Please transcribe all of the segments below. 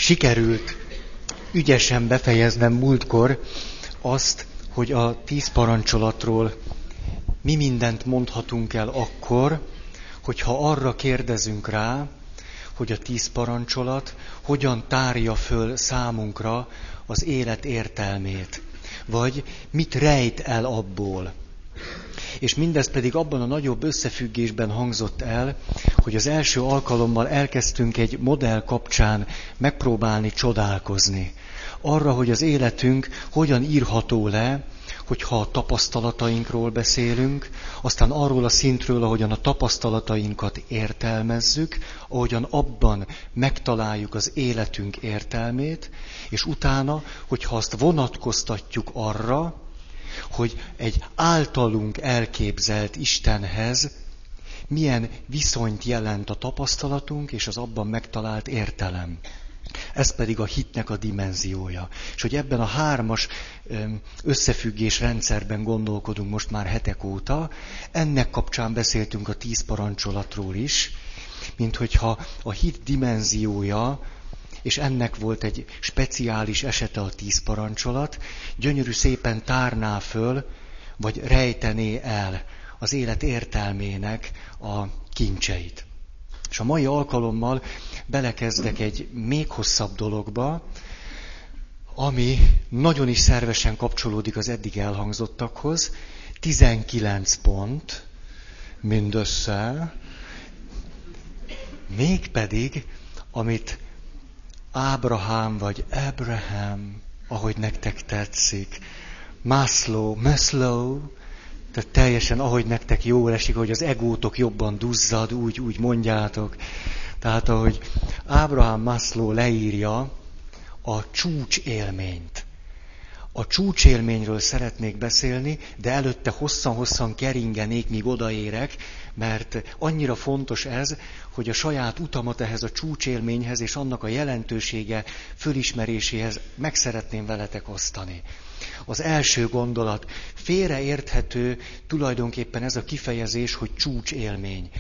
Sikerült ügyesen befejeznem múltkor azt, hogy a 10 parancsolatról mi mindent mondhatunk el akkor, hogyha arra kérdezünk rá, hogy a 10 parancsolat hogyan tárja föl számunkra az élet értelmét, vagy mit rejt el abból. És mindez pedig abban a nagyobb összefüggésben hangzott el, hogy az első alkalommal elkezdtünk egy modell kapcsán megpróbálni csodálkozni. Arra, hogy az életünk hogyan írható le, hogyha a tapasztalatainkról beszélünk, aztán arról a szintről, ahogyan a tapasztalatainkat értelmezzük, ahogyan abban megtaláljuk az életünk értelmét, és utána, hogyha azt vonatkoztatjuk arra, hogy egy általunk elképzelt Istenhez milyen viszonyt jelent a tapasztalatunk és az abban megtalált értelem. Ez pedig a hitnek a dimenziója. És hogy ebben a 3-as összefüggés rendszerben gondolkodunk most már hetek óta, ennek kapcsán beszéltünk a 10 parancsolatról is, mint hogyha a hit dimenziója, és ennek volt egy speciális esete a 10 parancsolat, gyönyörű szépen tárná föl, vagy rejtené el az élet értelmének a kincseit. És a mai alkalommal belekezdek egy még hosszabb dologba, ami nagyon is szervesen kapcsolódik az eddig elhangzottakhoz. 19 pont mindössze, mégpedig, amit Ábrahám vagy Abraham, ahogy nektek tetszik, Maslow, tehát teljesen ahogy nektek jól esik, hogy az egótok jobban duzzad, úgy mondjátok. Tehát ahogy Abraham Maslow leírja a csúcsélményt. A csúcsélményről szeretnék beszélni, de előtte hosszan-hosszan keringenék, míg odaérek, mert annyira fontos ez, hogy a saját utamat ehhez a csúcsélményhez és annak a jelentősége fölismeréséhez meg szeretném veletek osztani. Az első gondolat, félreérthető tulajdonképpen ez a kifejezés, hogy csúcsélmény,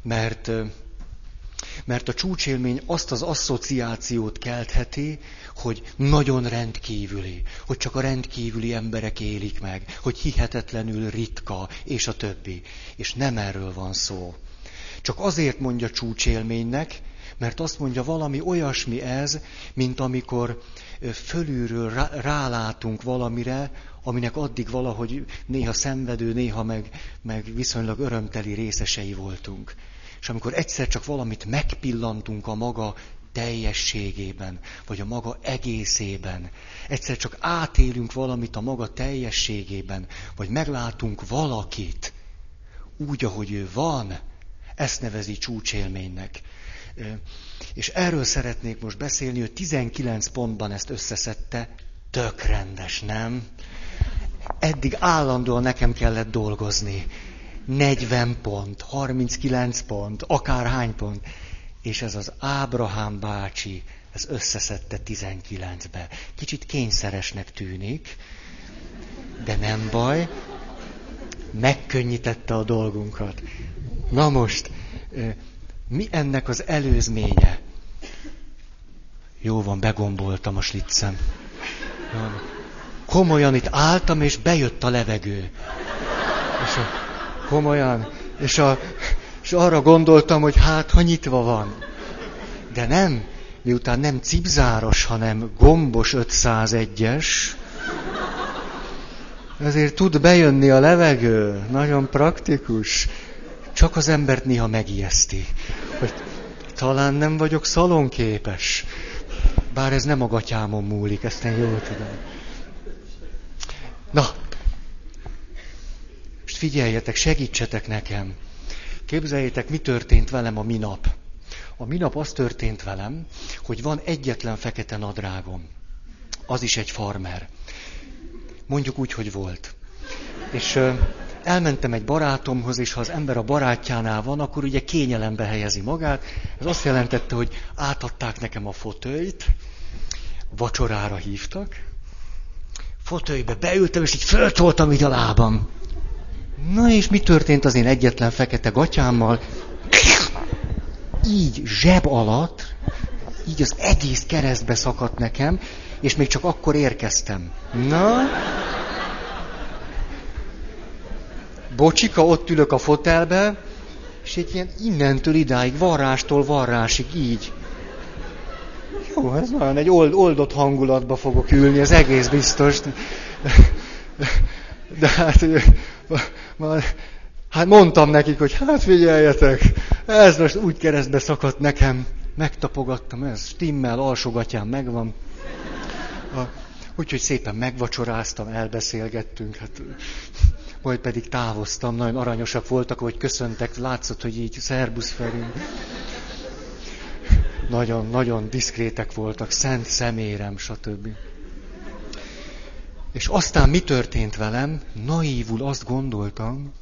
mert a csúcsélmény azt az asszociációt keltheti, hogy nagyon rendkívüli, hogy csak a rendkívüli emberek élik meg, hogy hihetetlenül ritka, és a többi. És nem erről van szó. Csak azért mondja csúcsélménynek, mert azt mondja, valami olyasmi ez, mint amikor fölülről rálátunk valamire, aminek addig valahogy néha szenvedő, néha meg viszonylag örömteli részesei voltunk. És amikor egyszer csak valamit megpillantunk a maga teljességében, vagy a maga egészében, egyszer csak átélünk valamit a maga teljességében, vagy meglátunk valakit úgy, ahogy ő van, ezt nevezi csúcsélménynek. És erről szeretnék most beszélni, hogy 19 pontban ezt összeszedte, tök rendes, nem? Eddig állandóan nekem kellett dolgozni. 40 pont, 39 pont, akárhány pont. És ez az Ábrahám bácsi, ez összeszedte 19-be. Kicsit kényszeresnek tűnik, de nem baj, megkönnyítette a dolgunkat. Na most, mi ennek az előzménye? Jó van, begomboltam a sliccem. Komolyan itt álltam, és bejött a levegő. Komolyan. És arra gondoltam, hogy hát, ha nyitva van. De nem, miután nem cipzáros, hanem gombos 501-es, ezért tud bejönni a levegő. Nagyon praktikus. Csak az embert néha megijeszti, hogy talán nem vagyok szalonképes. Bár ez nem a gatyámon múlik, ezt én jól tudom. Na, most figyeljetek, segítsetek nekem. Képzeljétek, mi történt velem a minap. A minap az történt velem, hogy van egyetlen fekete nadrágom. Az is egy farmer. Mondjuk úgy, hogy volt. És elmentem egy barátomhoz, és ha az ember a barátjánál van, akkor ugye kényelembe helyezi magát. Ez azt jelentette, hogy átadták nekem a fotölyt, vacsorára hívtak. Fotölybe beültem, és így föltoltam így a lábam. Na és mi történt az én egyetlen fekete gatyámmal? Így zseb alatt így az egész keresztbe szakadt nekem, és még csak akkor érkeztem. Na? Bocsika, ott ülök a fotelbe, és egy ilyen innentől idáig, varrástól varrásig így. Jó, ez nagyon egy oldott hangulatba fogok ülni, ez egész biztos. De hát mondtam nekik, hogy hát figyeljetek, ez most úgy keresztbe szakadt nekem, megtapogattam, ez stimmel, alsógatyám megvan. Úgyhogy szépen megvacsoráztam, elbeszélgettünk, hát majd pedig távoztam, nagyon aranyosak voltak, hogy köszöntek, látszott, hogy így szerbusz Feri. Nagyon diszkrétek voltak, szent szemérem, stb. És aztán mi történt velem? Naívul azt gondoltam,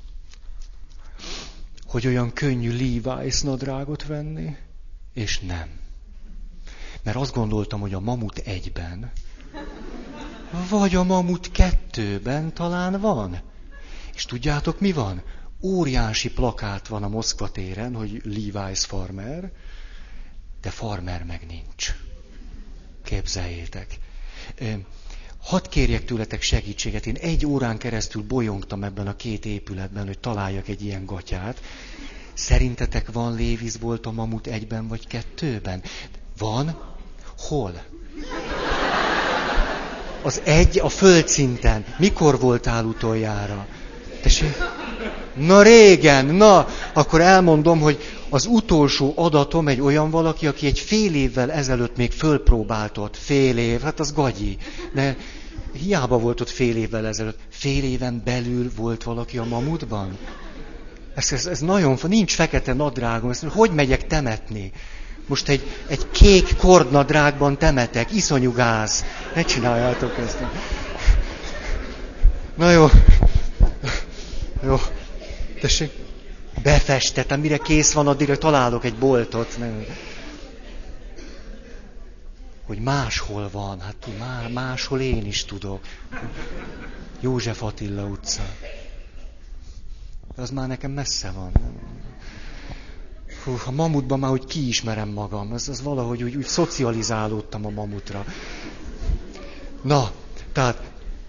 hogy olyan könnyű Levi's nadrágot venni, és nem. Mert azt gondoltam, hogy a Mamut 1-ben, vagy a Mamut 2-ben talán van. És tudjátok, mi van? Óriási plakát van a Moszkva téren, hogy Levi's Farmer, de Farmer meg nincs. Képzeljétek. Hadd kérjek tőletek segítséget. Én 1 órán keresztül bolyongtam ebben a 2 épületben, hogy találjak egy ilyen gatyát. Szerintetek van Levi's volt a Mamut 1-ben vagy 2-ben? Van? Hol? Az 1 a földszinten. Mikor voltál utoljára? Tessék? Na régen, na, akkor elmondom, hogy az utolsó adatom egy olyan valaki, aki egy fél évvel ezelőtt még fölpróbáltott. Fél év, hát az gagyi. De hiába volt ott fél évvel ezelőtt. Fél éven belül volt valaki a Mamutban? Ez nagyon, nincs fekete nadrágom, ezt hogy megyek temetni? Most egy kék kordnadrágban temetek, iszonyú gáz. Ne csináljátok ezt. Na jó. Jó. Tessék. Befestettem, mire kész van, addigra találok egy boltot. Nem. Hogy máshol van, hát máshol én is tudok. József Attila utca. Az már nekem messze van. Hú, a Mamutban már úgy kiismerem magam, az valahogy úgy szocializálódtam a Mamutra. Na, tehát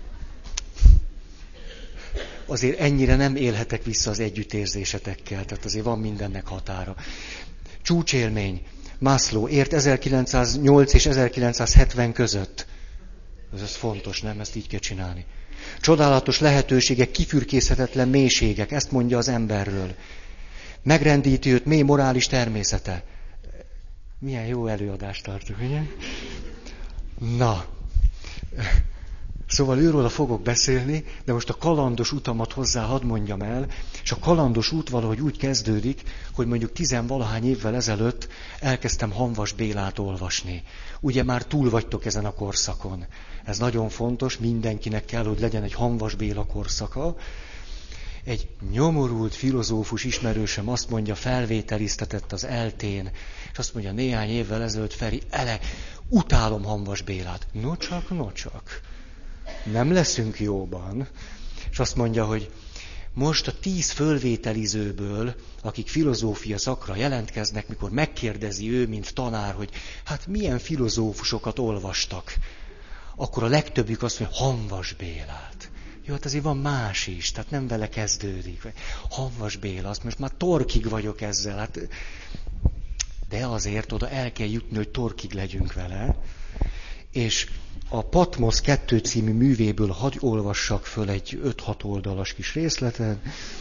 azért ennyire nem élhetek vissza az együttérzésetekkel, tehát azért van mindennek határa. Csúcsélmény. Maslow ért 1908 és 1970 között. Ez fontos, nem? Ezt így kell csinálni. Csodálatos lehetőségek, kifürkészhetetlen mélységek, ezt mondja az emberről. Megrendíti őt mély morális természete. Milyen jó előadást tartok, ugye? Na, szóval őróla fogok beszélni, de most a kalandos utamat hozzá hadd mondjam el, és a kalandos út valahogy úgy kezdődik, hogy mondjuk 10-valahány évvel ezelőtt elkezdtem Hamvas Bélát olvasni. Ugye már túl vagytok ezen a korszakon. Ez nagyon fontos, mindenkinek kell, hogy legyen egy Hamvas Béla korszaka. Egy nyomorult filozófus ismerősöm azt mondja, felvételiztetett az eltén, és azt mondja, néhány évvel ezelőtt, Feri, utálom Hamvas Bélát. Nocsak. Nem leszünk jóban. És azt mondja, hogy most a 10 fölvételizőből, akik filozófia szakra jelentkeznek, mikor megkérdezi ő, mint tanár, hogy hát milyen filozófusokat olvastak, akkor a legtöbbjük azt mondja, Hamvas Bélát. Jó, hát azért van más is, tehát nem vele kezdődik. Hamvas Béla, azt most már torkig vagyok ezzel. Hát, de azért oda el kell jutni, hogy torkig legyünk vele. És a Patmos 2 című művéből hadd olvassak föl egy 5-6 oldalas kis részletet.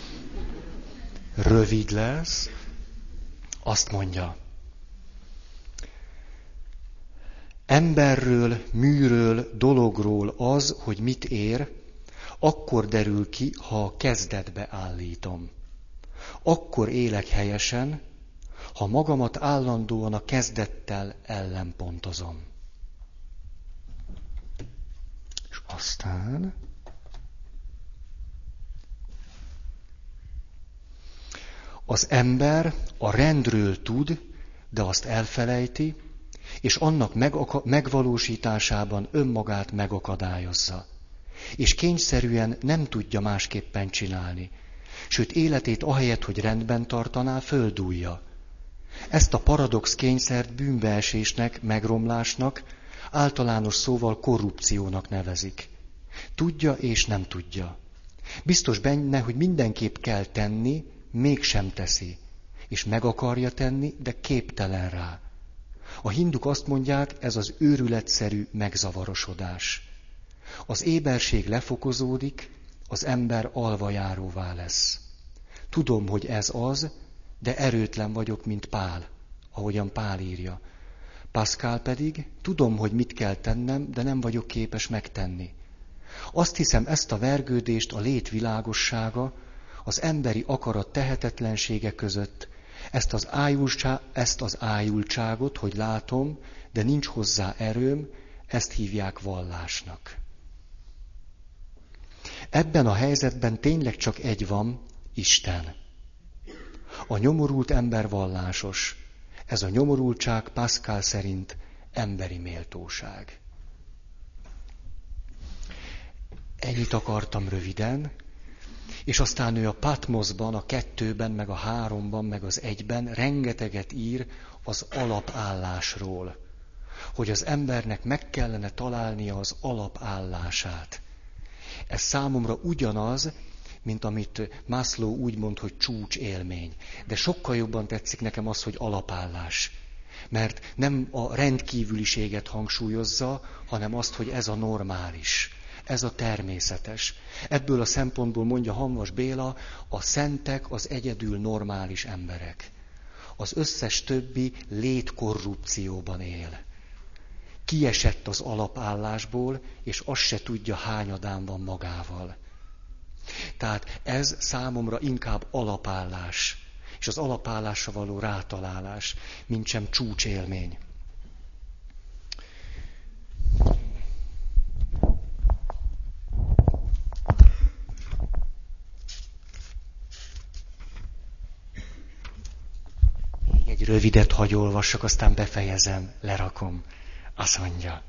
Rövid lesz. Azt mondja. Emberről, műről, dologról az, hogy mit ér, akkor derül ki, ha a kezdetbe állítom. Akkor élek helyesen, ha magamat állandóan a kezdettel ellenpontozom. És aztán az ember a rendről tud, de azt elfelejti, és annak megvalósításában önmagát megakadályozza. És kényszerűen nem tudja másképpen csinálni. Sőt, életét ahelyett, hogy rendben tartaná, földúlja. Ezt a paradox kényszert bűnbeesésnek, megromlásnak, általános szóval korrupciónak nevezik. Tudja és nem tudja. Biztos benne, hogy mindenképp kell tenni, mégsem teszi. És meg akarja tenni, de képtelen rá. A hinduk azt mondják, ez az őrületszerű megzavarosodás. Az éberség lefokozódik, az ember alvajáróvá lesz. Tudom, hogy ez az, de erőtlen vagyok, mint Pál, ahogyan Pál írja. Pascal pedig, tudom, hogy mit kell tennem, de nem vagyok képes megtenni. Azt hiszem, ezt a vergődést a lét világossága, az emberi akarat tehetetlensége között, ezt az ájultságot, hogy látom, de nincs hozzá erőm, ezt hívják vallásnak. Ebben a helyzetben tényleg csak egy van, Isten. A nyomorult ember vallásos. Ez a nyomorultság Pascal szerint emberi méltóság. Ennyit akartam röviden, és aztán ő a Patmosban, a 2-ben, meg a 3-ban, meg az 1-ben rengeteget ír az alapállásról. Hogy az embernek meg kellene találnia az alapállását. Ez számomra ugyanaz, mint amit Maslow úgy mond, hogy csúcsélmény. De sokkal jobban tetszik nekem az, hogy alapállás. Mert nem a rendkívüliséget hangsúlyozza, hanem azt, hogy ez a normális. Ez a természetes. Ebből a szempontból mondja Hamvas Béla, a szentek az egyedül normális emberek. Az összes többi létkorrupcióban él. Kiesett az alapállásból, és azt se tudja, hányadán van magával. Tehát ez számomra inkább alapállás, és az alapállásra való rátalálás, mintsem csúcsélmény. Még egy rövidet hagy olvassak, aztán befejezem, lerakom. Azt mondja.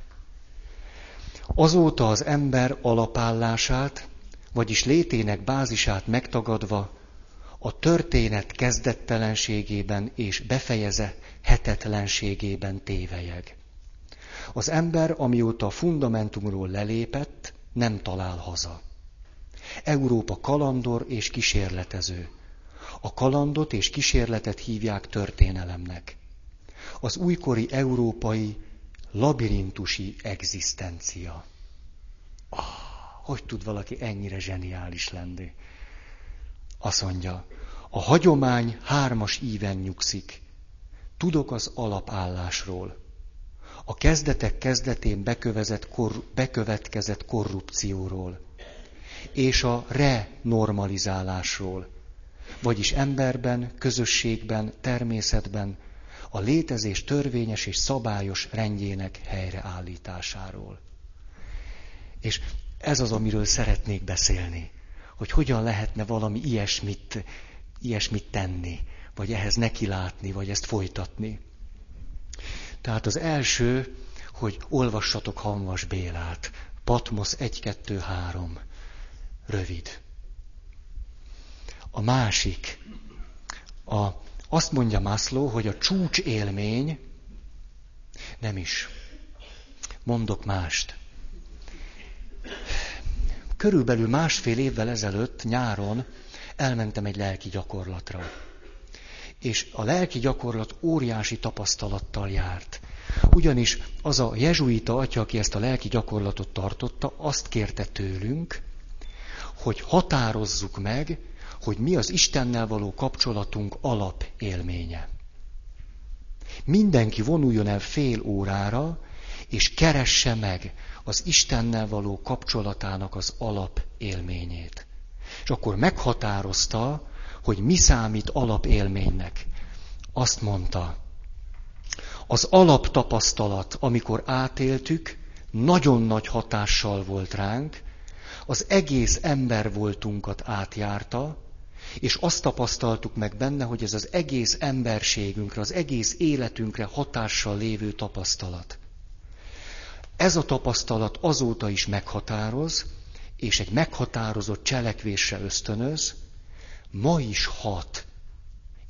Azóta az ember alapállását, vagyis létének bázisát megtagadva, a történet kezdettelenségében és befejezethetetlenségében tévelyeg. Az ember, amióta a fundamentumról lelépett, nem talál haza. Európa kalandor és kísérletező. A kalandot és kísérletet hívják történelemnek. Az újkori európai labirintusi egzisztencia. Hogy tud valaki ennyire zseniális lenni? Azt mondja, a hagyomány 3 íven nyugszik. Tudok az alapállásról. A kezdetek kezdetén bekövetkezett korrupcióról. És a renormalizálásról. Vagyis emberben, közösségben, természetben a létezés törvényes és szabályos rendjének helyreállításáról. És ez az, amiről szeretnék beszélni, hogy hogyan lehetne valami ilyesmit tenni, vagy ehhez nekilátni, vagy ezt folytatni. Tehát az első, hogy olvassatok Hamvas Bélát. Patmos 1-2-3. Rövid. A másik, azt mondja Maslow, hogy a csúcsélmény nem is. Mondok mást. Körülbelül 1,5 évvel ezelőtt, nyáron elmentem egy lelki gyakorlatra. És a lelki gyakorlat óriási tapasztalattal járt. Ugyanis az a jezsuita atya, aki ezt a lelki gyakorlatot tartotta, azt kérte tőlünk, hogy határozzuk meg, hogy mi az Istennel való kapcsolatunk alapélménye. Mindenki vonuljon el fél órára, és keresse meg az Istennel való kapcsolatának az alapélményét. És akkor meghatározta, hogy mi számít alapélménynek. Azt mondta, az alaptapasztalat, amikor átéltük, nagyon nagy hatással volt ránk, az egész embervoltunkat átjárta, és azt tapasztaltuk meg benne, hogy ez az egész emberségünkre, az egész életünkre hatással lévő tapasztalat. Ez a tapasztalat azóta is meghatároz, és egy meghatározott cselekvésre ösztönöz, ma is hat,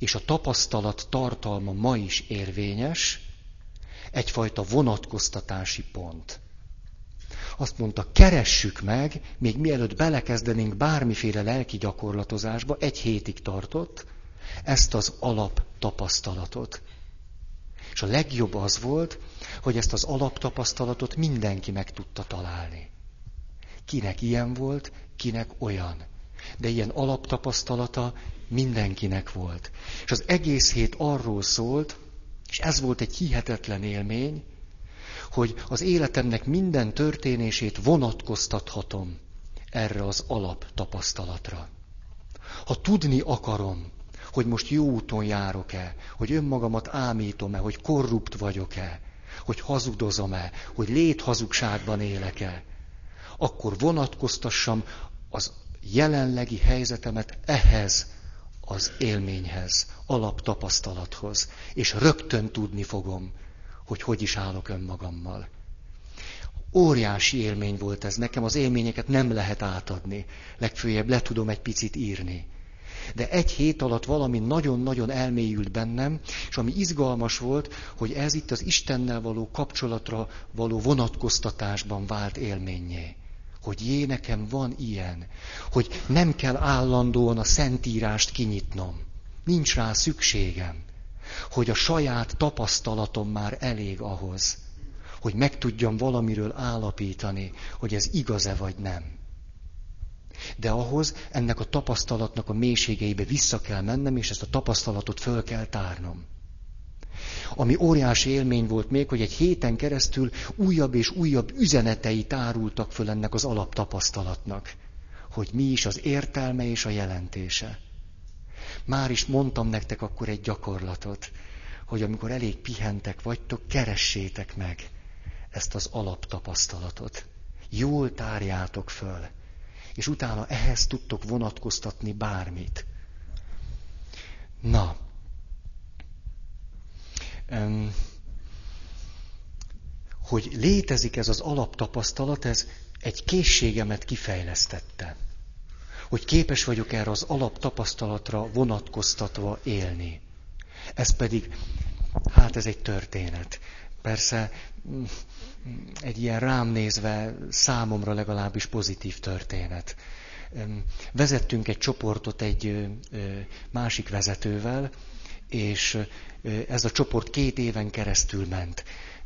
és a tapasztalat tartalma ma is érvényes, egyfajta vonatkoztatási pont. Azt mondta, keressük meg, még mielőtt belekezdenénk bármiféle lelki gyakorlatozásba, 1 hétig tartott, ezt az alaptapasztalatot. És a legjobb az volt, hogy ezt az alaptapasztalatot mindenki meg tudta találni. Kinek ilyen volt, kinek olyan. De ilyen alaptapasztalata mindenkinek volt. És az egész hét arról szólt, és ez volt egy hihetetlen élmény, hogy az életemnek minden történését vonatkoztathatom erre az alaptapasztalatra. Ha tudni akarom, hogy most jó úton járok-e, hogy önmagamat ámítom-e, hogy korrupt vagyok-e, hogy hazudozom-e, hogy léthazugságban élek-e, akkor vonatkoztassam az jelenlegi helyzetemet ehhez az élményhez, alaptapasztalathoz, és rögtön tudni fogom, hogy hogy is állok önmagammal. Óriási élmény volt ez nekem, az élményeket nem lehet átadni, legfőjebb le tudom egy picit írni. De 1 hét alatt valami nagyon-nagyon elmélyült bennem, és ami izgalmas volt, hogy ez itt az Istennel való kapcsolatra való vonatkoztatásban vált élménnyé. Hogy jé, nekem van ilyen, hogy nem kell állandóan a Szentírást kinyitnom. Nincs rá szükségem, hogy a saját tapasztalatom már elég ahhoz, hogy meg tudjam valamiről állapítani, hogy ez igaz-e vagy nem. De ahhoz ennek a tapasztalatnak a mélységeibe vissza kell mennem, és ezt a tapasztalatot föl kell tárnom. Ami óriási élmény volt még, hogy 1 héten keresztül újabb és újabb üzenetei tárultak föl ennek az alaptapasztalatnak, hogy mi is az értelme és a jelentése. Már is mondtam nektek akkor egy gyakorlatot, hogy amikor elég pihentek vagytok, keressétek meg ezt az alaptapasztalatot. Jól tárjátok föl, és utána ehhez tudtok vonatkoztatni bármit. Na, hogy létezik ez az alaptapasztalat, ez egy készségemet kifejlesztette. Hogy képes vagyok erre az alaptapasztalatra vonatkoztatva élni. Ez pedig, hát ez egy történet. Persze egy ilyen rám nézve számomra legalábbis pozitív történet. Vezettünk egy csoportot egy másik vezetővel, és ez a csoport 2 éven keresztül ment.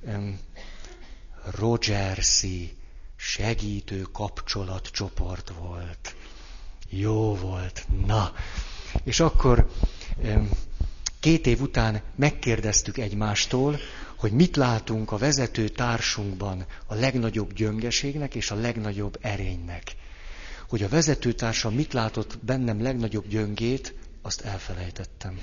Rogersi segítő kapcsolatcsoport volt. Jó volt. Na, és akkor 2 év után megkérdeztük egymástól, hogy mit látunk a vezető társunkban a legnagyobb gyöngeségnek és a legnagyobb erénynek. Hogy a vezetőtársam mit látott bennem legnagyobb gyöngét, azt elfelejtettem.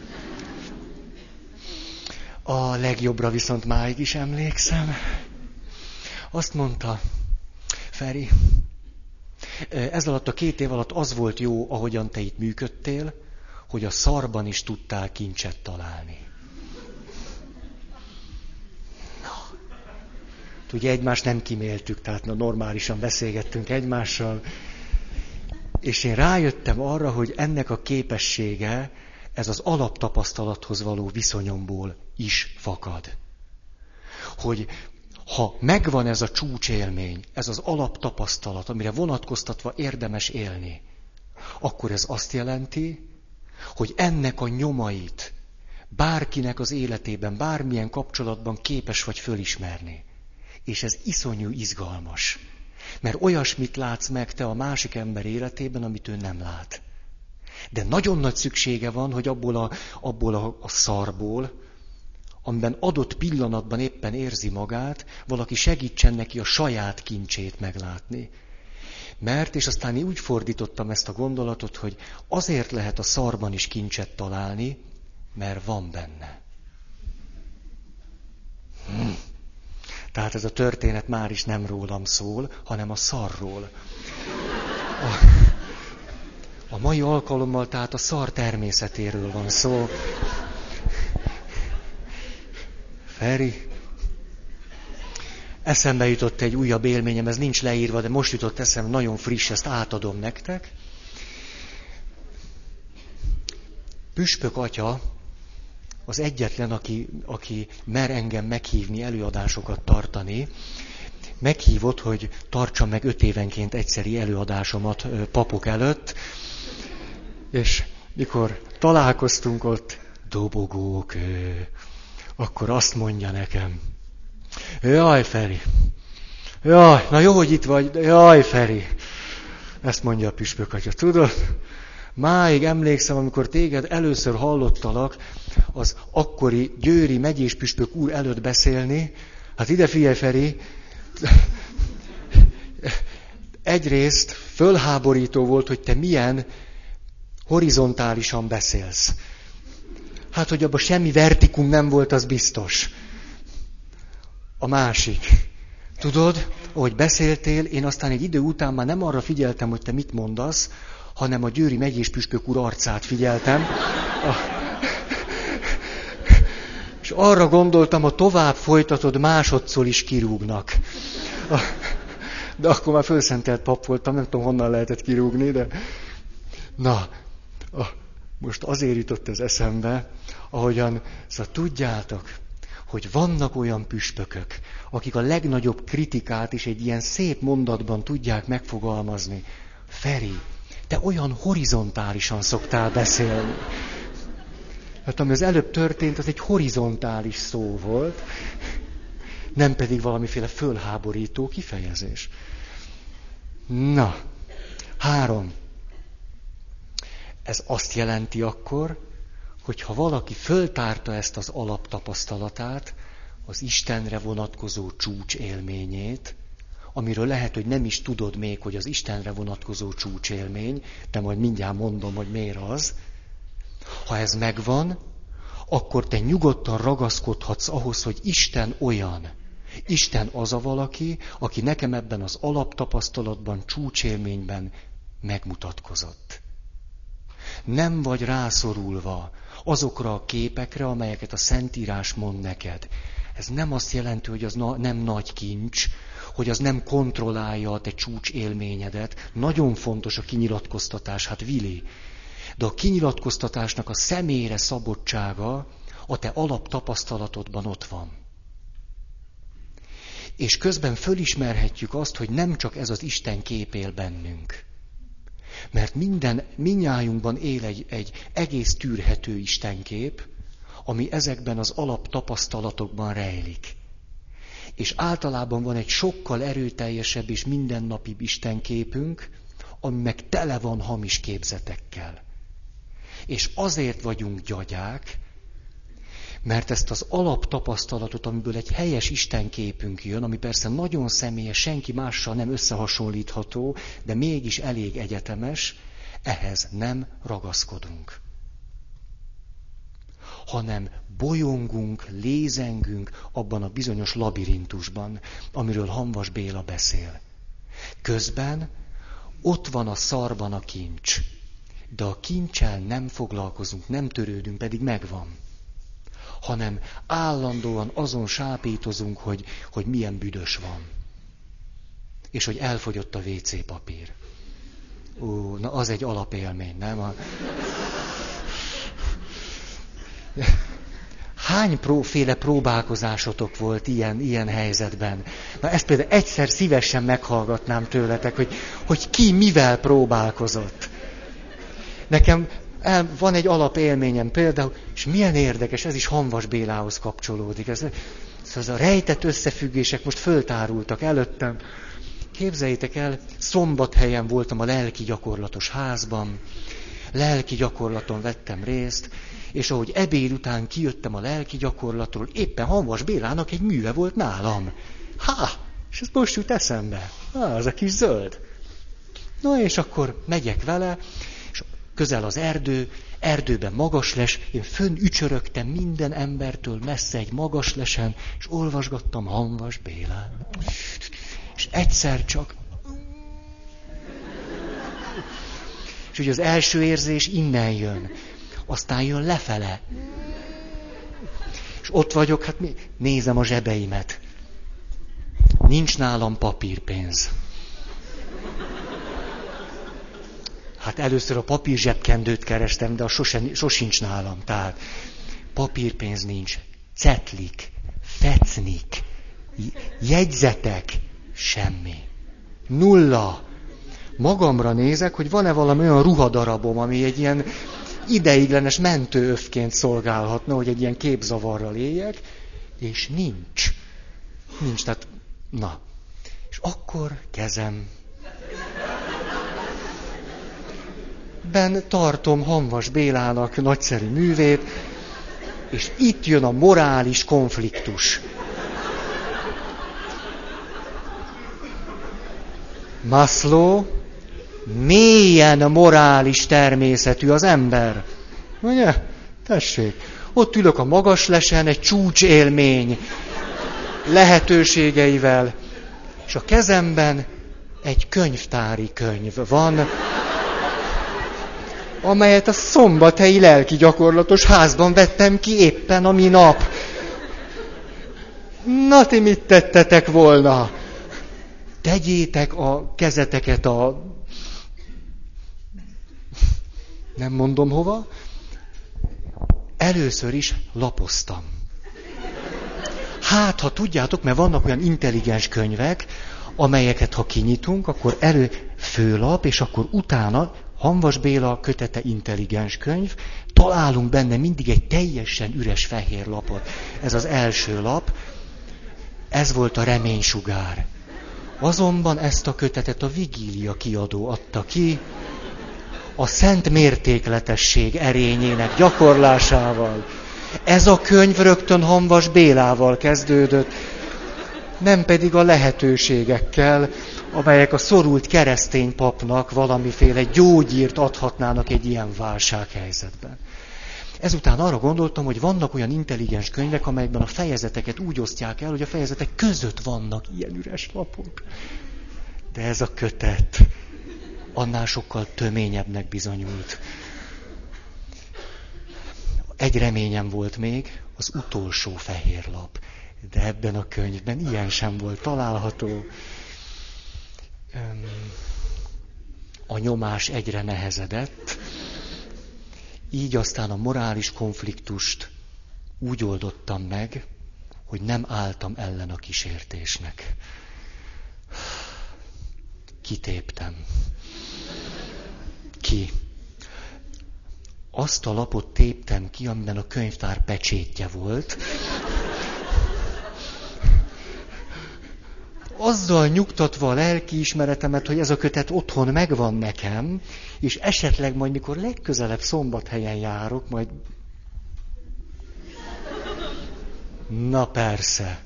A legjobbra viszont máig is emlékszem. Azt mondta, Feri, ez alatt a 2 év alatt az volt jó, ahogyan te itt működtél, hogy a szarban is tudtál kincset találni. Na. Ugye egymást nem kiméltük, tehát normálisan beszélgettünk egymással, és én rájöttem arra, hogy ennek a képessége, ez az alaptapasztalathoz való viszonyomból is fakad. Hogy ha megvan ez a csúcsélmény, ez az alaptapasztalat, amire vonatkoztatva érdemes élni, akkor ez azt jelenti, hogy ennek a nyomait bárkinek az életében, bármilyen kapcsolatban képes vagy fölismerni. És ez iszonyú izgalmas. Mert olyasmit látsz meg te a másik ember életében, amit ő nem lát. De nagyon nagy szüksége van, hogy abból a szarból, amiben adott pillanatban éppen érzi magát, valaki segítsen neki a saját kincsét meglátni. Mert, és aztán én úgy fordítottam ezt a gondolatot, hogy azért lehet a szarban is kincset találni, mert van benne. Tehát ez a történet már is nem rólam szól, hanem a szarról. A mai alkalommal tehát a szar természetéről van szó. Feri, eszembe jutott egy újabb élményem, ez nincs leírva, de most jutott eszembe, nagyon friss, ezt átadom nektek. Püspök atya az egyetlen, aki mer engem meghívni, előadásokat tartani. Meghívott, hogy tartsam meg 5 évenként egyszeri előadásomat papok előtt, és mikor találkoztunk ott, dobogók, akkor azt mondja nekem, jaj, Feri, jaj, na jó, hogy itt vagy, jaj, Feri, ezt mondja a püspök atya, tudod? Máig emlékszem, amikor téged először hallottalak, az akkori győri megyéspüspök úr előtt beszélni, hát ide figyelj, Feri, egyrészt fölháborító volt, hogy te milyen horizontálisan beszélsz. Hát, hogy abban semmi vertikum nem volt, az biztos. A másik. Tudod, ahogy beszéltél, én aztán egy idő után már nem arra figyeltem, hogy te mit mondasz, hanem a győri megyéspüspök úr arcát figyeltem. És arra gondoltam, ha tovább folytatod, másodszor is kirúgnak. De akkor már fölszentelt pap voltam, nem tudom, honnan lehetett kirúgni, de... Na, most azért jutott ez eszembe, ahogyan, szóval tudjátok, hogy vannak olyan püspökök, akik a legnagyobb kritikát is egy ilyen szép mondatban tudják megfogalmazni. Feri, te olyan horizontálisan szoktál beszélni. Hát ami az előbb történt, az egy horizontális szó volt, nem pedig valamiféle fölháborító kifejezés. Na, 3. Ez azt jelenti akkor, hogy ha valaki föltárta ezt az alaptapasztalatát, az Istenre vonatkozó csúcs élményét, amiről lehet, hogy nem is tudod még, hogy az Istenre vonatkozó csúcsélmény, de majd mindjárt mondom, hogy miért az. Ha ez megvan, akkor te nyugodtan ragaszkodhatsz ahhoz, hogy Isten olyan. Isten az a valaki, aki nekem ebben az alaptapasztalatban, csúcsélményben megmutatkozott. Nem vagy rászorulva azokra a képekre, amelyeket a Szentírás mond neked. Ez nem azt jelenti, hogy az nem nagy kincs, hogy az nem kontrollálja a te csúcsélményedet. Nagyon fontos a kinyilatkoztatás, hát Vili. De a kinyilatkoztatásnak a személyre szabottsága a te alaptapasztalatodban ott van. És közben fölismerhetjük azt, hogy nem csak ez az Isten kép él bennünk. Mert mindnyájunkban él egy egész tűrhető Istenkép, ami ezekben az alaptapasztalatokban rejlik. És általában van egy sokkal erőteljesebb és mindennapibb Istenképünk, ami meg tele van hamis képzetekkel. És azért vagyunk gyagyák, mert ezt az alaptapasztalatot, amiből egy helyes Istenképünk jön, ami persze nagyon személyes, senki mással nem összehasonlítható, de mégis elég egyetemes, ehhez nem ragaszkodunk. Hanem bolyongunk, lézengünk abban a bizonyos labirintusban, amiről Hamvas Béla beszél. Közben ott van a szarban a kincs, de a kincsel nem foglalkozunk, nem törődünk, pedig megvan. Hanem állandóan azon sápítozunk, hogy milyen büdös van. És hogy elfogyott a WC papír. Na az egy alapélmény, nem? Hány féle próbálkozásotok volt ilyen helyzetben? Na ezt például egyszer szívesen meghallgatnám tőletek, hogy ki mivel próbálkozott. Nekem van egy alapélményem például, és milyen érdekes, ez is Hamvas Bélához kapcsolódik. Szóval a rejtett összefüggések most föltárultak előttem. Képzeljétek el, Szombathelyen voltam a lelki gyakorlatos házban, lelki gyakorlaton vettem részt, és ahogy ebéd után kijöttem a lelki gyakorlatról, éppen Hamvas Bélának egy műve volt nálam. És ez most jut eszembe. Az a kis zöld. Na és akkor megyek vele, és közel az erdőben magasles, én fönn ücsörögtem minden embertől messze egy magaslesen, és olvasgattam Hamvas Bélán. És egyszer csak... És ugye az első érzés innen jön. Aztán jön lefele. És ott vagyok, hát nézem a zsebeimet. Nincs nálam papírpénz. Hát először a papír zsebkendőt kerestem, de a sosincs nálam. Tehát papírpénz nincs, cetlik, fecnik, jegyzetek, semmi. Nulla. Magamra nézek, hogy van-e valami olyan ruhadarabom, ami egy ilyen ideiglenes mentőövként szolgálhatna, hogy egy ilyen képzavarral éljek, és nincs. Nincs, tehát, na. És akkor kezem. Ben tartom Hamvas Bélának nagyszerű művét, és itt jön a morális konfliktus. Maslow, mélyen morális természetű az ember. Ugye? Tessék. Ott ülök a magaslesen, egy csúcsélmény lehetőségeivel, és a kezemben egy könyvtári könyv van, amelyet a szombathelyi lelki gyakorlatos házban vettem ki éppen a minap. Na, ti mit tettetek volna? Tegyétek a kezeteket a... nem mondom hova. Először is lapoztam. Hát, ha tudjátok, mert vannak olyan intelligens könyvek, amelyeket ha kinyitunk, akkor főlap, és akkor utána Hamvas Béla kötete intelligens könyv, találunk benne mindig egy teljesen üres fehér lapot. Ez az első lap, ez volt a reménysugár. Azonban ezt a kötetet a Vigília kiadó adta ki, a szent mértékletesség erényének gyakorlásával. Ez a könyv rögtön Hamvas Bélával kezdődött, nem pedig a lehetőségekkel, amelyek a szorult keresztény papnak valamiféle gyógyírt adhatnának egy ilyen válsághelyzetben. Ezután arra gondoltam, hogy vannak olyan intelligens könyvek, amelyekben a fejezeteket úgy osztják el, hogy a fejezetek között vannak ilyen üres lapok. De ez a kötet annál sokkal töményebbnek bizonyult. Egy reményem volt még, az utolsó fehér lap. De ebben a könyvben ilyen sem volt található. A nyomás egyre nehezedett. Így aztán a morális konfliktust úgy oldottam meg, hogy nem álltam ellen a kísértésnek. Kitéptem. Ki? Azt a lapot téptem ki, amiben a könyvtár pecsétje volt. Azzal nyugtatva a lelkiismeretemet, hogy ez a kötet otthon megvan nekem, és esetleg majd, mikor legközelebb Szombathelyen járok, majd... Na persze.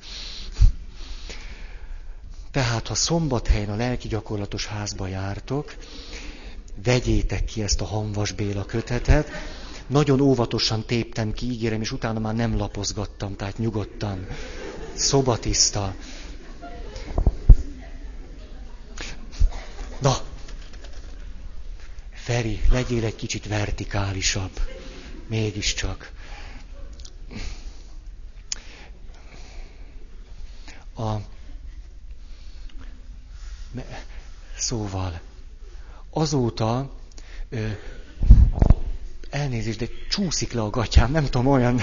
Tehát, ha Szombathelyen a lelki gyakorlatos házba jártok, vegyétek ki ezt a Hamvas Béla kötetet. Nagyon óvatosan téptem ki, ígérem, és utána már nem lapozgattam, tehát nyugodtan. Szobatiszta. Na, Feri, legyél egy kicsit vertikálisabb. Mégiscsak. Szóval, azóta elnézést, de csúszik le a gatyám, nem tudom, olyan...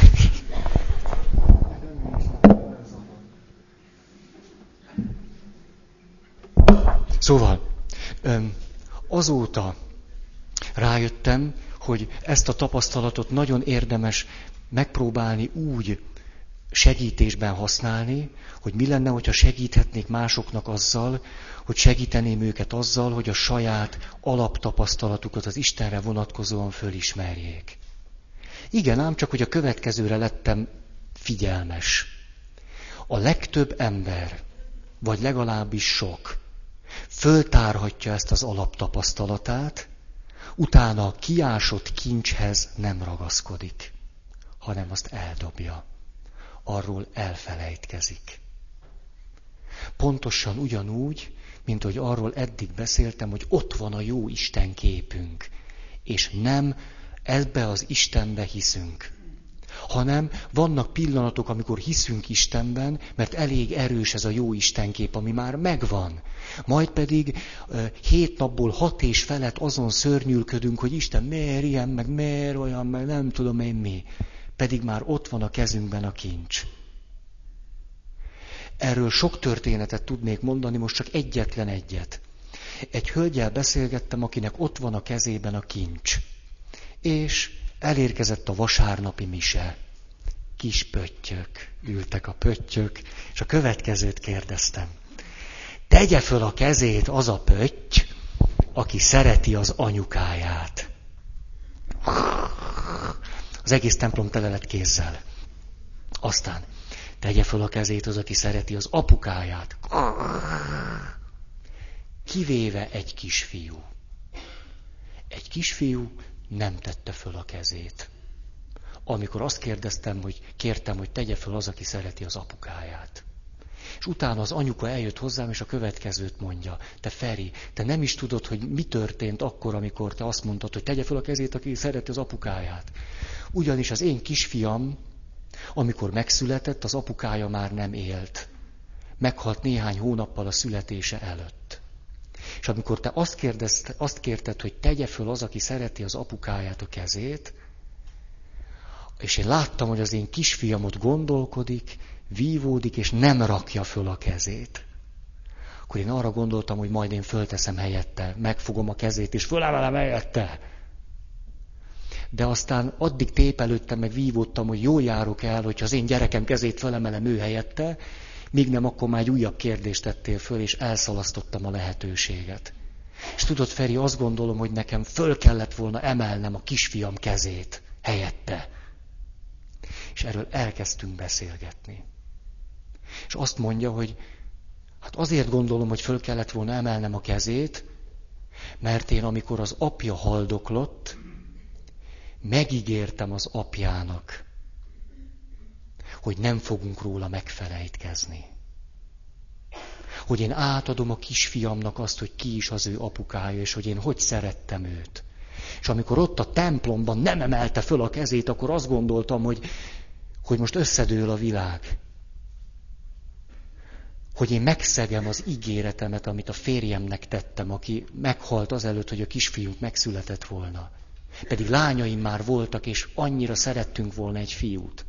Szóval, azóta rájöttem, hogy ezt a tapasztalatot nagyon érdemes megpróbálni úgy segítésben használni, hogy mi lenne, hogyha segíthetnék másoknak azzal, hogy segíteném őket azzal, hogy a saját alaptapasztalatukat az Istenre vonatkozóan fölismerjék. Igen, ám csak, hogy a következőre lettem figyelmes. A legtöbb ember, vagy legalábbis sok, föltárhatja ezt az alaptapasztalatát, utána a kiásott kincshez nem ragaszkodik, hanem azt eldobja. Arról elfelejtkezik. Pontosan ugyanúgy, mint hogy arról eddig beszéltem, hogy ott van a jó Isten képünk, és nem ebbe az Istenbe hiszünk. hanem vannak pillanatok, amikor hiszünk Istenben, mert elég erős ez a jó Istenkép, ami már megvan. Majd pedig 7 napból 6 és felett azon szörnyűlködünk, hogy Isten miért ilyen, meg miért olyan, meg nem tudom én mi. Pedig már ott van a kezünkben a kincs. Erről sok történetet tudnék mondani, most csak egyetlen egyet. Egy hölggyel beszélgettem, akinek ott van a kezében a kincs. És elérkezett a vasárnapi mise. Kis pöttyök, ültek a pöttyök, és a következőt kérdeztem. Tegye föl a kezét az a pötty, aki szereti az anyukáját. Az egész templom tele lett kézzel. Aztán tegye föl a kezét az, aki szereti az apukáját. Kivéve egy kisfiú. Egy kisfiú nem tette föl a kezét. Amikor azt kértem, hogy tegye föl az, aki szereti az apukáját. És utána az anyuka eljött hozzám, és a következőt mondja. Te Feri, te nem is tudod, hogy mi történt akkor, amikor te azt mondtad, hogy tegye föl a kezét, aki szereti az apukáját. Ugyanis az én kisfiam, amikor megszületett, az apukája már nem élt. Meghalt néhány hónappal a születése előtt. És amikor te azt kérted, hogy tegye föl az, aki szereti az apukáját a kezét, és én láttam, hogy az én kisfiamot gondolkodik, vívódik, és nem rakja föl a kezét. Akkor én arra gondoltam, hogy majd én fölteszem helyette, megfogom a kezét, és fölemelem helyette. De aztán addig tépelődtem, meg vívódtam, hogy jól járok el, hogyha az én gyerekem kezét fölemelem ő helyette, míg nem, akkor már egy újabb kérdést tettél föl, és elszalasztottam a lehetőséget. És tudod, Feri, azt gondolom, hogy nekem föl kellett volna emelnem a kisfiam kezét helyette. És erről elkezdtünk beszélgetni. És azt mondja, hogy hát azért gondolom, hogy föl kellett volna emelnem a kezét, mert én, amikor az apja haldoklott, megígértem az apjának, hogy nem fogunk róla megfelejtkezni. Hogy én átadom a kisfiamnak azt, hogy ki is az ő apukája, és hogy én hogy szerettem őt. És amikor ott a templomban nem emelte föl a kezét, akkor azt gondoltam, hogy most összedől a világ. Hogy én megszegem az ígéretemet, amit a férjemnek tettem, aki meghalt azelőtt, hogy a kisfiunk megszületett volna. Pedig lányaim már voltak, és annyira szerettünk volna egy fiút.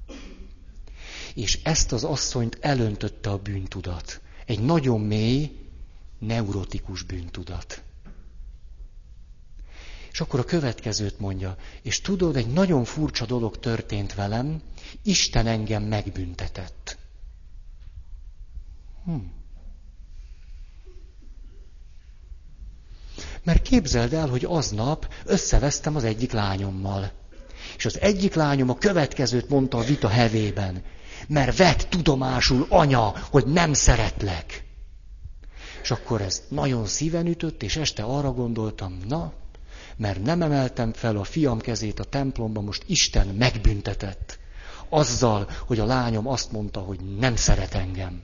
És ezt az asszonyt elöntötte a bűntudat. Egy nagyon mély, neurotikus bűntudat. És akkor a következőt mondja, és tudod, egy nagyon furcsa dolog történt velem, Isten engem megbüntetett. Mert képzeld el, hogy aznap összevesztem az egyik lányommal. És az egyik lányom a következőt mondta a vita hevében. Mert vedd tudomásul, anya, hogy nem szeretlek. És akkor ez nagyon szíven ütött, és este arra gondoltam, mert nem emeltem fel a fiam kezét a templomba, most Isten megbüntetett. Azzal, hogy a lányom azt mondta, hogy nem szeret engem.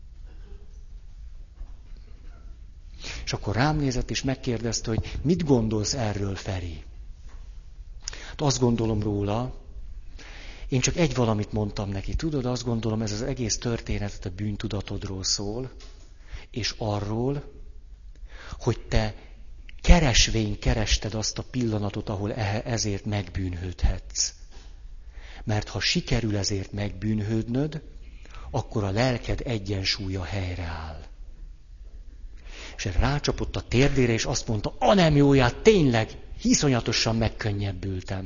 És akkor rám nézett, és megkérdezte, hogy mit gondolsz erről, Feri? Hát azt gondolom róla, én csak egy valamit mondtam neki, tudod, azt gondolom, ez az egész történet a bűntudatodról szól, és arról, hogy te keresvén kerested azt a pillanatot, ahol ezért megbűnhődhetsz. Mert ha sikerül ezért megbűnhődnöd, akkor a lelked egyensúlya helyreáll. És rácsapott a térdére, és azt mondta, a nem jóját, tényleg, iszonyatosan megkönnyebbültem.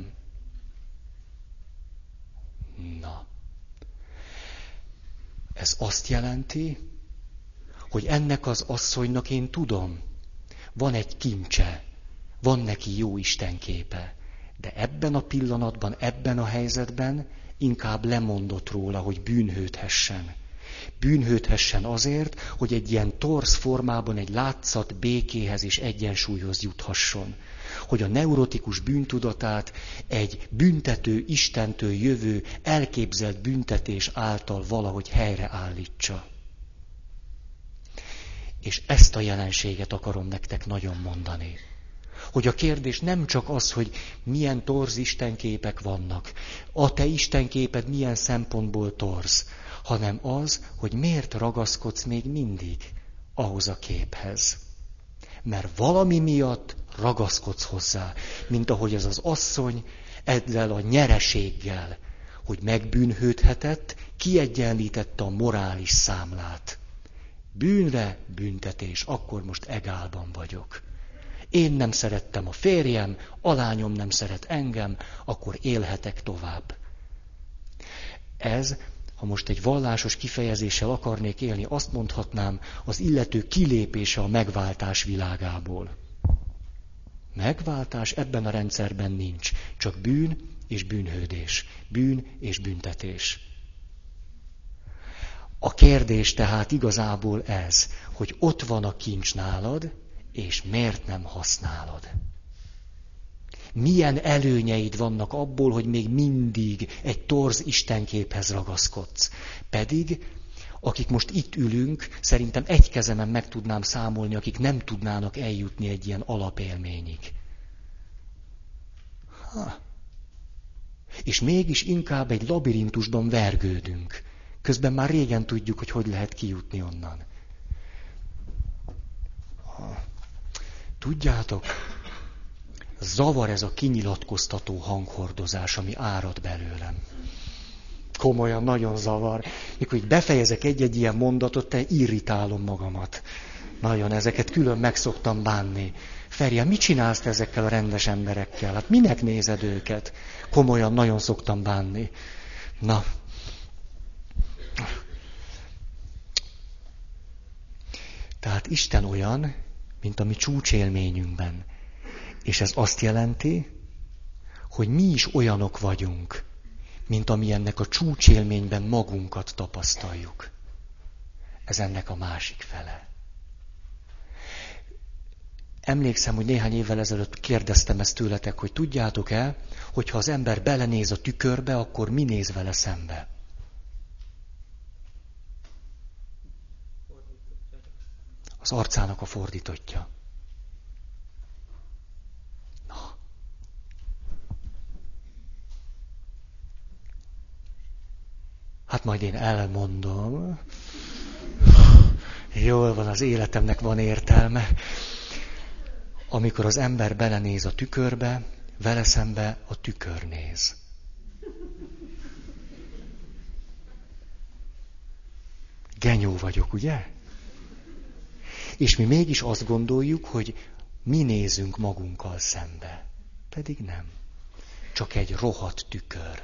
Na, ez azt jelenti, hogy ennek az asszonynak én tudom, van egy kincse, van neki jó istenképe, de ebben a pillanatban, ebben a helyzetben inkább lemondott róla, hogy bűnhődhessen. Bűnhődhessen azért, hogy egy ilyen torz formában egy látszat békéhez és egyensúlyhoz juthasson. Hogy a neurotikus bűntudatát egy büntető, Istentől jövő, elképzelt büntetés által valahogy helyreállítsa. És ezt a jelenséget akarom nektek nagyon mondani. Hogy a kérdés nem csak az, hogy milyen torz istenképek vannak, a te istenképed milyen szempontból torz, hanem az, hogy miért ragaszkodsz még mindig ahhoz a képhez. Mert valami miatt ragaszkodsz hozzá, mint ahogy ez az asszony ezzel a nyereséggel, hogy megbűnhődhetett, kiegyenlítette a morális számlát. Bűnre büntetés, akkor most egálban vagyok. Én nem szerettem a férjem, a lányom nem szeret engem, akkor élhetek tovább. Ez, ha most egy vallásos kifejezéssel akarnék élni, azt mondhatnám, az illető kilépése a megváltás világából. Megváltás ebben a rendszerben nincs, csak bűn és bűnhődés, bűn és büntetés. A kérdés tehát igazából ez, hogy ott van a kincs nálad, és miért nem használod? Milyen előnyeid vannak abból, hogy még mindig egy torz istenképhez ragaszkodsz? Pedig, akik most itt ülünk, szerintem egy kezemen meg tudnám számolni, akik nem tudnának eljutni egy ilyen alapélményig. És mégis inkább egy labirintusban vergődünk. Közben már régen tudjuk, hogy lehet kijutni onnan. Tudjátok, zavar ez a kinyilatkoztató hanghordozás, ami árad belőlem. Komolyan, nagyon zavar. Mikor így befejezek egy-egy ilyen mondatot, te irritálom magamat. Nagyon, ezeket külön meg szoktam bánni. Feri, mit csinálsz te ezekkel a rendes emberekkel? Hát minek nézed őket? Komolyan, nagyon szoktam bánni. Na. Tehát Isten olyan, mint a mi csúcsélményünkben. És ez azt jelenti, hogy mi is olyanok vagyunk, mint amilyennek a csúcsélményben magunkat tapasztaljuk. Ez ennek a másik fele. Emlékszem, hogy néhány évvel ezelőtt kérdeztem ezt tőletek, hogy tudjátok-e, hogy ha az ember belenéz a tükörbe, akkor mi néz vele szembe? Az arcának a fordítottja. Na. Hát majd én elmondom. Jól van, az életemnek van értelme. Amikor az ember belenéz a tükörbe, vele szembe a tükör néz. Genyó vagyok, ugye? És mi mégis azt gondoljuk, hogy mi nézünk magunkkal szembe. Pedig nem. Csak egy rohadt tükör.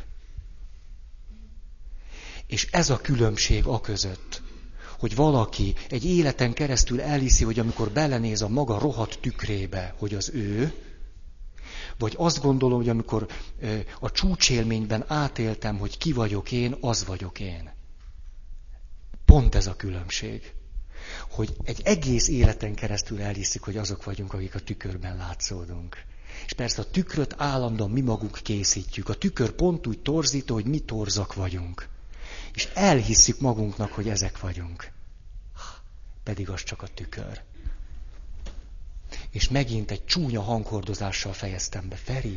És ez a különbség aközött, hogy valaki egy életen keresztül elhiszi, hogy amikor belenéz a maga rohadt tükrébe, hogy az ő, vagy azt gondolom, hogy amikor a csúcsélményben átéltem, hogy ki vagyok én, az vagyok én. Pont ez a különbség. Hogy egy egész életen keresztül elhiszik, hogy azok vagyunk, akik a tükörben látszódunk. És persze a tükröt állandóan mi magunk készítjük. A tükör pont úgy torzító, hogy mi torzak vagyunk. És elhisszük magunknak, hogy ezek vagyunk. Pedig az csak a tükör. És megint egy csúnya hanghordozással fejeztem be. Feri,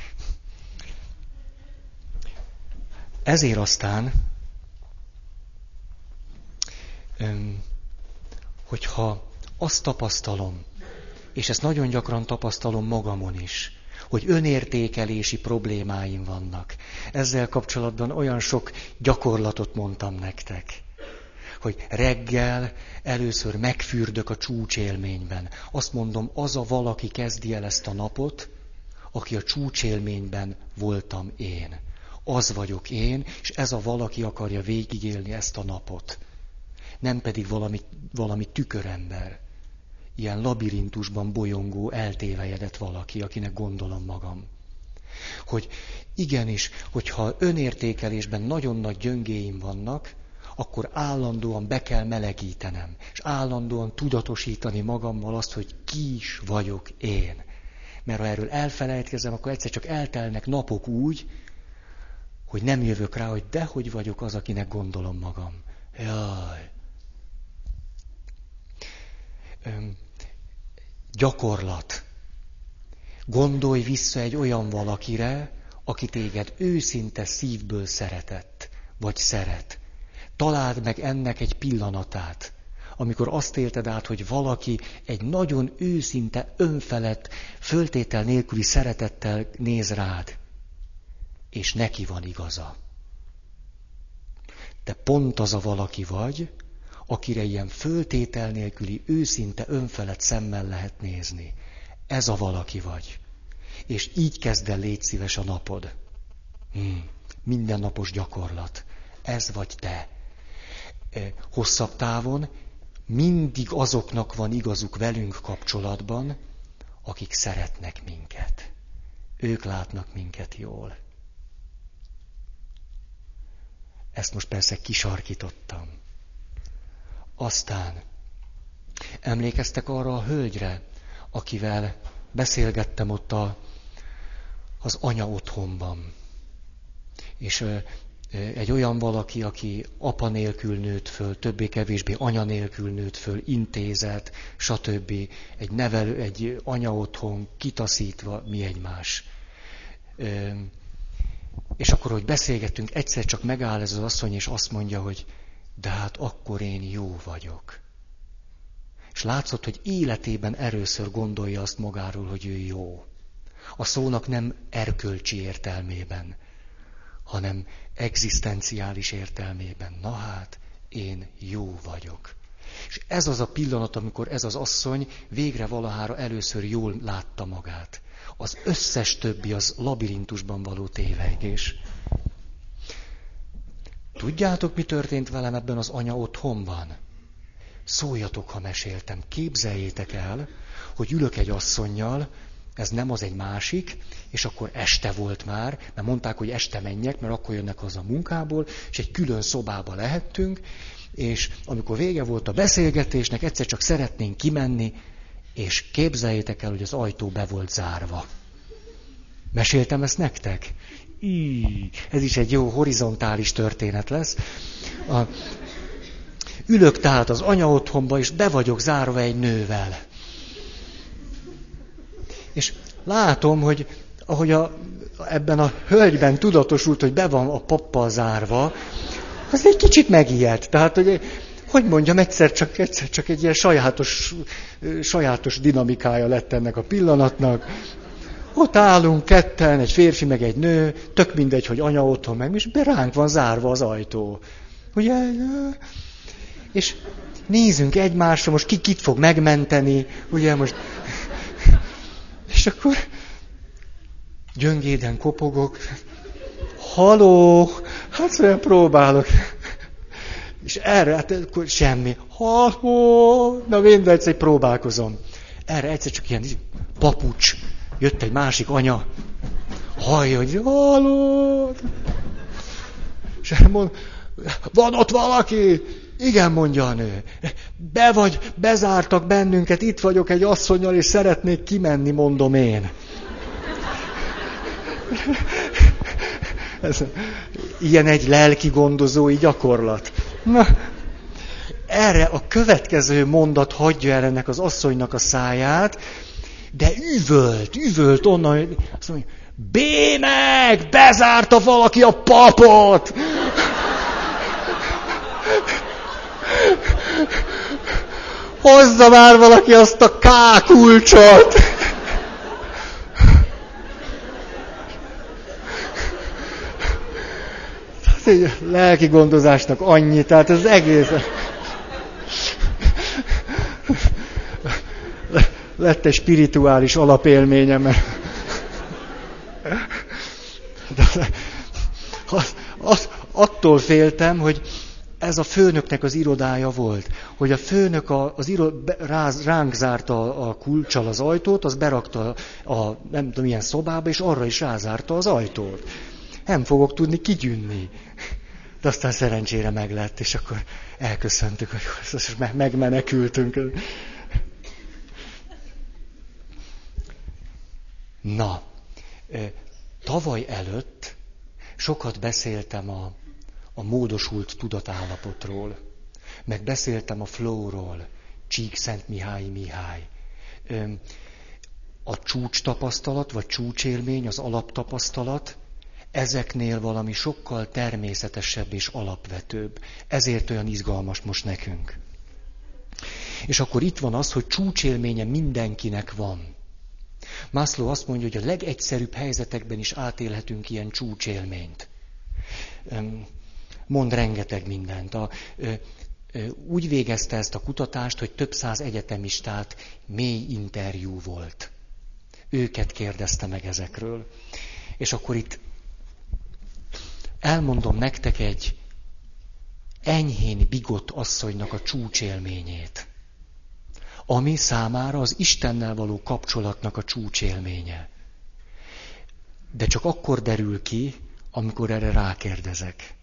ezért aztán, hogyha azt tapasztalom, és ezt nagyon gyakran tapasztalom magamon is, hogy önértékelési problémáim vannak. Ezzel kapcsolatban olyan sok gyakorlatot mondtam nektek, hogy reggel először megfürdök a csúcsélményben. Azt mondom, az a valaki kezdi el ezt a napot, aki a csúcsélményben voltam én. Az vagyok én, és ez a valaki akarja végigélni ezt a napot. Nem pedig valami tükörember. Ilyen labirintusban bolyongó, eltévejedett valaki, akinek gondolom magam. Hogy igenis, hogyha önértékelésben nagyon nagy gyöngéim vannak, akkor állandóan be kell melegítenem, és állandóan tudatosítani magammal azt, hogy ki is vagyok én. Mert ha erről elfelejtkezem, akkor egyszer csak eltelnek napok úgy, hogy nem jövök rá, hogy dehogy vagyok az, akinek gondolom magam. Jaj. Gyakorlat. Gondolj vissza egy olyan valakire, aki téged őszinte szívből szeretett, vagy szeret. Találd meg ennek egy pillanatát, amikor azt élted át, hogy valaki egy nagyon őszinte, önfelett, föltétel nélküli szeretettel néz rád, és neki van igaza. Te pont az a valaki vagy, akire ilyen föltétel nélküli, őszinte, önfelett szemmel lehet nézni. Ez a valaki vagy. És így kezd el, légy szíves, a napod. Mindennapos gyakorlat. Ez vagy te. Hosszabb távon mindig azoknak van igazuk velünk kapcsolatban, akik szeretnek minket. Ők látnak minket jól. Ezt most persze kisarkítottam. Aztán emlékeztek arra a hölgyre, akivel beszélgettem ott az anya otthonban. És egy olyan valaki, aki apa nélkül nőtt föl, többé-kevésbé anya nélkül nőtt föl, intézet, stb. Egy nevelő, egy anya otthon, kitaszítva, mi egymás. És akkor, hogy beszélgettünk, egyszer csak megáll ez az asszony, és azt mondja, hogy de hát akkor én jó vagyok. És látszott, hogy életében először gondolja azt magáról, hogy ő jó. A szónak nem erkölcsi értelmében, hanem egzisztenciális értelmében. Na hát, én jó vagyok. És ez az a pillanat, amikor ez az asszony végre valahára először jól látta magát. Az összes többi az labirintusban való tévegés. Tudjátok, mi történt velem ebben az anya otthonban? Szóljatok, ha meséltem. Képzeljétek el, hogy ülök egy asszonnyal, ez nem az, egy másik, és akkor este volt már, mert mondták, hogy este menjek, mert akkor jönnek haza a munkából, és egy külön szobába lehettünk, és amikor vége volt a beszélgetésnek, egyszer csak szeretnénk kimenni, és képzeljétek el, hogy az ajtó be volt zárva. Meséltem ezt nektek? Ez is egy jó horizontális történet lesz. Ülök tehát az anya otthonba, és be vagyok zárva egy nővel. És látom, hogy ahogy ebben a hölgyben tudatosult, hogy be van a pappal zárva, az egy kicsit megijedt. Tehát, hogy mondjam, egyszer csak egy ilyen sajátos dinamikája lett ennek a pillanatnak. Ott állunk ketten, egy férfi meg egy nő, tök mindegy, hogy anya otthon meg, és ránk van zárva az ajtó. Ugye? És nézünk egymásra, most kit fog megmenteni, ugye most... És akkor gyöngéden kopogok. Haló, hát szóval próbálok. És erre, hát akkor semmi. Haló, na mindegy, próbálkozom. Erre egyszer csak ilyen papucs. Jött egy másik anya. Hallja, hogy haló. És mond, van ott valaki? Igen, mondja a nő. Bezártak bennünket, itt vagyok egy asszonnyal, és szeretnék kimenni, mondom én. Ez, ilyen egy lelki gondozói gyakorlat. Na, erre a következő mondat hagyja el ennek az asszonynak a száját, de üvölt onnan, azt mondja, bémek, bezárta valaki a papot! Hozza már valaki azt a K-kulcsot! Lelki gondozásnak annyi, tehát ez egész... Lett egy spirituális alapélményem, mert... Attól féltem, hogy ez a főnöknek az irodája volt, hogy a főnök ránk zárta a kulccsal az ajtót, az berakta a nem tudom milyen szobába, és arra is rázárta az ajtót. Nem fogok tudni kigyűnni. De aztán szerencsére meglett, és akkor elköszöntük, hogy megmenekültünk. Na, tavaly előtt sokat beszéltem a módosult tudatállapotról, meg beszéltem a flowról, Csíkszentmihályi Mihály. a csúcs tapasztalat, vagy csúcsélmény, az alaptapasztalat, ezeknél valami sokkal természetesebb és alapvetőbb. Ezért olyan izgalmas most nekünk. És akkor itt van az, hogy csúcsélménye mindenkinek van. Maslow azt mondja, hogy a legegyszerűbb helyzetekben is átélhetünk ilyen csúcsélményt. Mond rengeteg mindent. Úgy végezte ezt a kutatást, hogy több száz egyetemistát mély interjú volt. Őket kérdezte meg ezekről. És akkor itt elmondom nektek egy enyhén bigott asszonynak a csúcsélményét, ami számára az Istennel való kapcsolatnak a csúcsélménye. De csak akkor derül ki, amikor erre rákérdezek.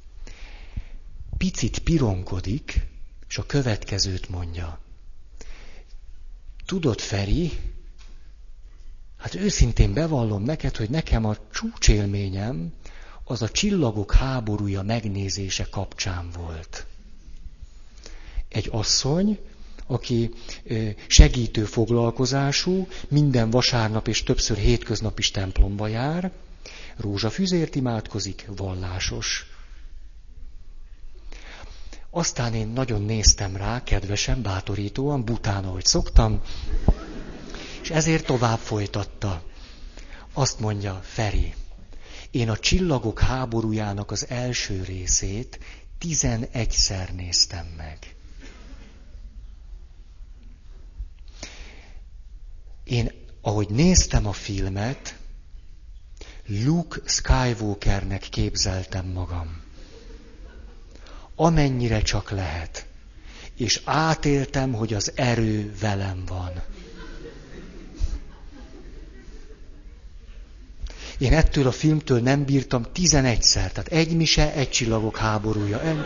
Picit pironkodik, és a következőt mondja. Tudod, Feri, hát őszintén bevallom neked, hogy nekem a csúcsélményem az a Csillagok háborúja megnézése kapcsán volt. Egy asszony, aki segítő foglalkozású, minden vasárnap és többször hétköznap is templomba jár, rózsafüzért imádkozik, vallásos. Aztán én nagyon néztem rá, kedvesen, bátorítóan, bután, ahogy szoktam, és ezért tovább folytatta. Azt mondja, Feri, én a Csillagok háborújának az első részét 11-szer néztem meg. Én, ahogy néztem a filmet, Luke Skywalkernek képzeltem magam. Amennyire csak lehet. És átéltem, hogy az erő velem van. Én ettől a filmtől nem bírtam 11-szer, tehát egy mise, egy Csillagok háborúja.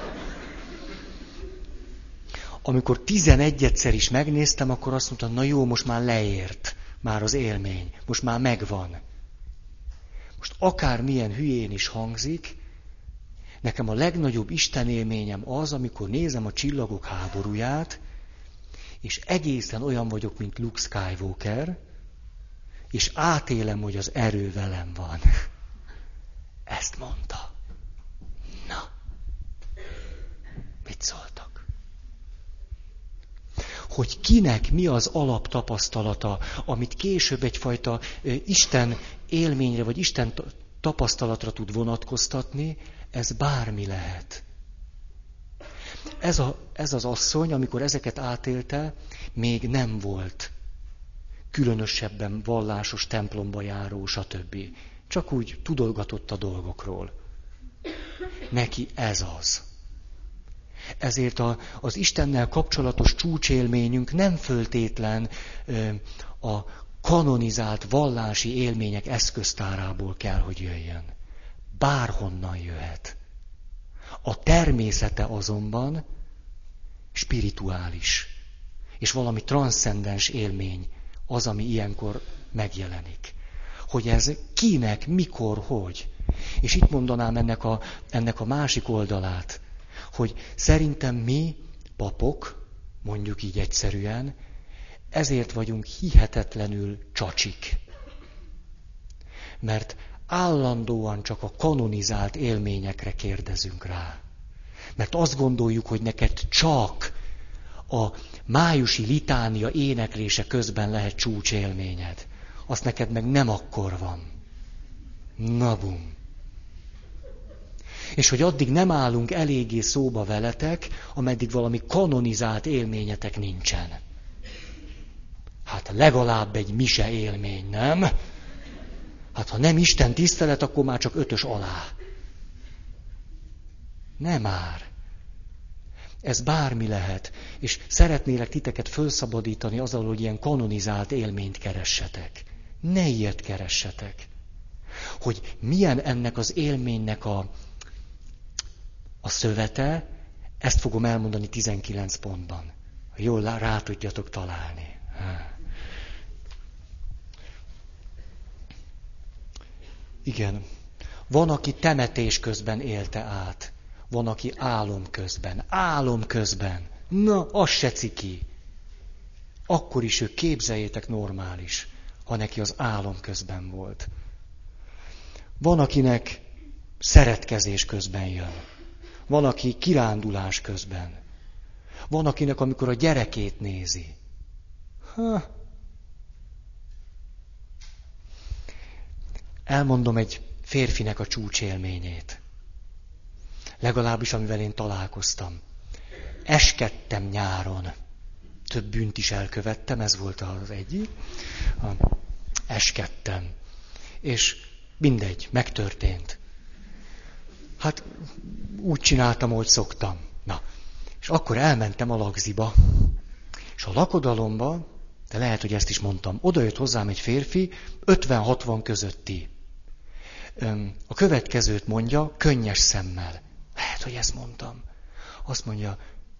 Amikor 11-szer is megnéztem, akkor azt mondtam, na jó, most már leért, már az élmény, most már megvan. Most akármilyen hülyén is hangzik, nekem a legnagyobb istenélményem az, amikor nézem a Csillagok háborúját, és egészen olyan vagyok, mint Luke Skywalker, és átélem, hogy az erő velem van. Ezt mondta. Na, mit szóltak? Hogy kinek mi az alaptapasztalata, amit később egyfajta Isten élményre, vagy Isten tapasztalatra tud vonatkoztatni, ez bármi lehet. Ez az asszony, amikor ezeket átélte, még nem volt különösebben vallásos, templomba járó, stb. Csak úgy tudolgatott a dolgokról. Neki ez az. Ezért az Istennel kapcsolatos csúcsélményünk nem föltétlen a kanonizált vallási élmények eszköztárából kell, hogy jöjjön. Bárhonnan jöhet. A természete azonban spirituális. És valami transzcendens élmény az, ami ilyenkor megjelenik. Hogy ez kinek, mikor, hogy. És itt mondanám ennek a másik oldalát, hogy szerintem mi, papok, mondjuk így egyszerűen, ezért vagyunk hihetetlenül csacsik. Mert állandóan csak a kanonizált élményekre kérdezünk rá. Mert azt gondoljuk, hogy neked csak a májusi litánia éneklése közben lehet csúcsélményed. Azt neked meg nem akkor van. Na bum. És hogy addig nem állunk eléggé szóba veletek, ameddig valami kanonizált élményetek nincsen. Hát legalább egy mise élmény, nem? Hát ha nem Isten tisztelet, akkor már csak 5-ös alá. Nem már. Ez bármi lehet. És szeretnélek titeket fölszabadítani azzal, hogy ilyen kanonizált élményt keressetek. Ne ilyet keressetek. Hogy milyen ennek az élménynek a szövete, ezt fogom elmondani 19 pontban. Jól rá tudjatok találni. Igen. Van, aki temetés közben élte át. Van, aki álom közben. Álom közben. Na, az se ciki. akkor is ő, képzeljétek, normális, ha neki az álom közben volt. Van, akinek szeretkezés közben jön. Van, aki kirándulás közben. Van, akinek, amikor a gyerekét nézi. Elmondom egy férfinek a csúcsélményét. Legalábbis, amivel én találkoztam. Eskedtem nyáron. Több bűnt is elkövettem, ez volt az egyik. Eskedtem. És mindegy, megtörtént. Hát úgy csináltam, ahogy szoktam. Na, és akkor elmentem a lagziba. És a lakodalomba, de lehet, hogy ezt is mondtam, odajött hozzám egy férfi, 50-60 közötti. A következőt mondja, könnyes szemmel. Lehet, hogy ezt mondtam. Azt mondja,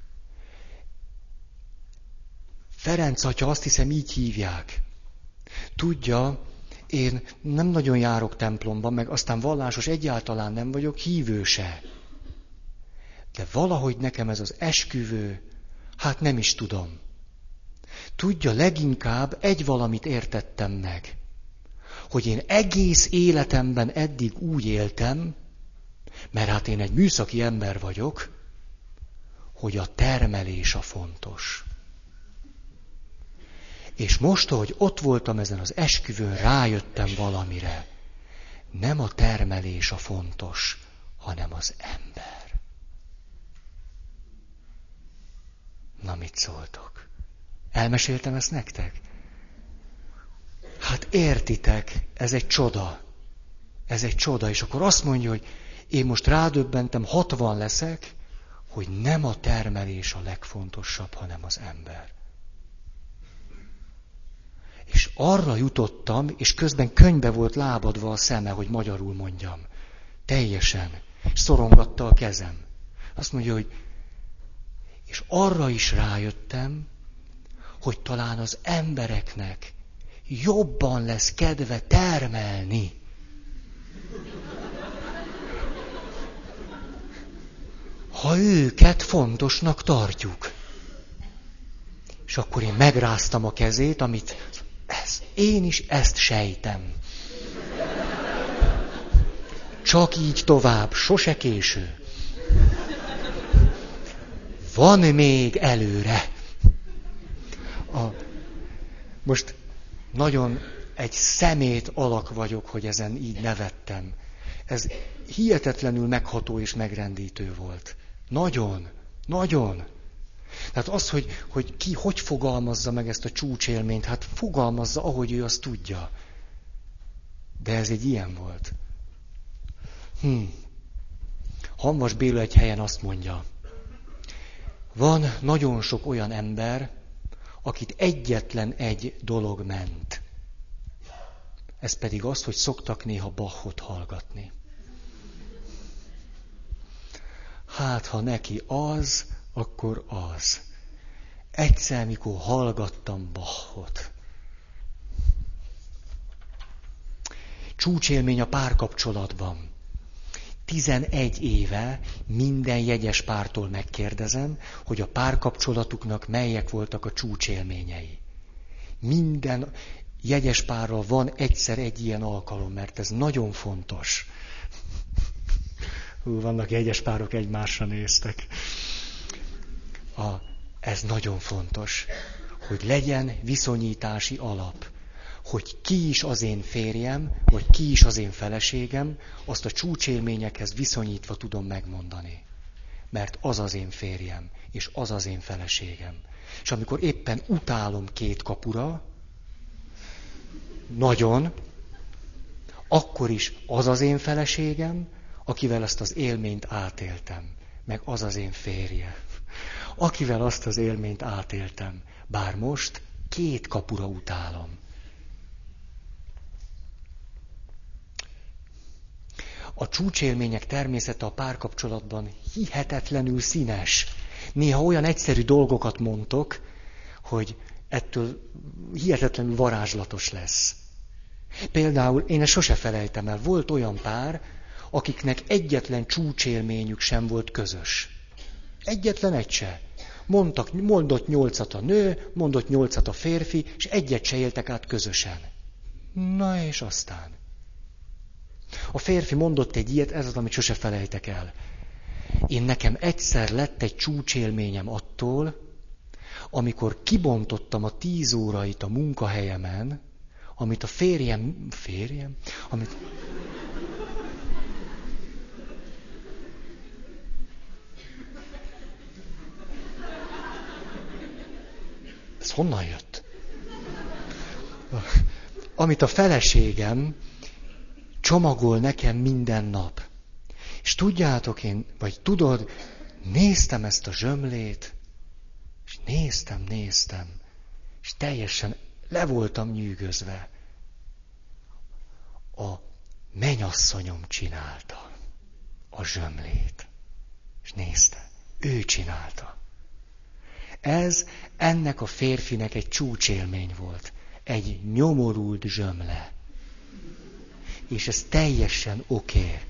Ferenc atya, azt hiszem így hívják. Tudja, én nem nagyon járok templomba, meg aztán vallásos egyáltalán nem vagyok, hívő se. De valahogy nekem ez az esküvő, hát nem is tudom. Tudja, leginkább egy valamit értettem meg, hogy én egész életemben eddig úgy éltem, mert hát én egy műszaki ember vagyok, hogy a termelés a fontos. És most, hogy ott voltam ezen az esküvőn, rájöttem valamire. Nem a termelés a fontos, hanem az ember. Na, mit szóltok? Elmeséltem ezt nektek? Hát értitek, ez egy csoda. Ez egy csoda. És akkor azt mondja, hogy én most rádöbbentem, 60 leszek, hogy nem a termelés a legfontosabb, hanem az ember. És arra jutottam, és közben könyvbe volt lábadva a szeme, hogy magyarul mondjam. Teljesen. És szorongatta a kezem. Azt mondja, hogy és arra is rájöttem, hogy talán az embereknek jobban lesz kedve termelni. Ha őket fontosnak tartjuk. És akkor én megráztam a kezét, én is ezt sejtem. Csak így tovább, sose késő. Van még előre. Most nagyon egy szemét alak vagyok, hogy ezen így nevettem. Ez hihetetlenül megható és megrendítő volt. Nagyon, nagyon. Tehát az, hogy ki hogy fogalmazza meg ezt a csúcsélményt, hát fogalmazza, ahogy ő azt tudja. De ez egy ilyen volt. Hamvas Béla egy helyen azt mondja, van nagyon sok olyan ember, akit egyetlen egy dolog ment. Ez pedig az, hogy szoktak néha Bachot hallgatni. Hát, ha neki az, akkor az. Egyszer, mikor hallgattam Bachot. Csúcsélmény a párkapcsolatban. 11 éve minden jegyes pártól megkérdezem, hogy a párkapcsolatuknak melyek voltak a csúcsélményei. Minden jegyes párral van egyszer egy ilyen alkalom, mert ez nagyon fontos. Vannak jegyes párok, egymásra néztek. Ez nagyon fontos, hogy legyen viszonyítási alap. Hogy ki is az én férjem, vagy ki is az én feleségem, azt a csúcsélményekhez viszonyítva tudom megmondani. Mert az az én férjem, és az az én feleségem. És amikor éppen utálom két kapura, nagyon, akkor is az az én feleségem, akivel azt az élményt átéltem. Meg az az én férjem, akivel azt az élményt átéltem. Bár most két kapura utálom. A csúcsélmények természete a párkapcsolatban hihetetlenül színes. Néha olyan egyszerű dolgokat mondtok, hogy ettől hihetetlenül varázslatos lesz. Például én ezt sose felejtem el, volt olyan pár, akiknek egyetlen csúcsélményük sem volt közös. Egyetlen egy se. Mondott 8-at a nő, mondott 8-at a férfi, és egyet se éltek át közösen. Na és aztán. A férfi mondott egy ilyet, ez az, amit sose felejtek el. Nekem egyszer lett egy csúcsélményem attól, amikor kibontottam a 10 órait a munkahelyemen, amit a férjem, amit... Ez honnan jött? Amit a feleségem csomagol nekem minden nap. És tudjátok, tudod, néztem ezt a zsömlét, és néztem, és teljesen le voltam nyűgözve. A mennyasszonyom csinálta a zsömlét. És nézte, ő csinálta. Ez ennek a férfinek egy csúcsélmény volt. Egy nyomorult zsömle. És ez teljesen oké.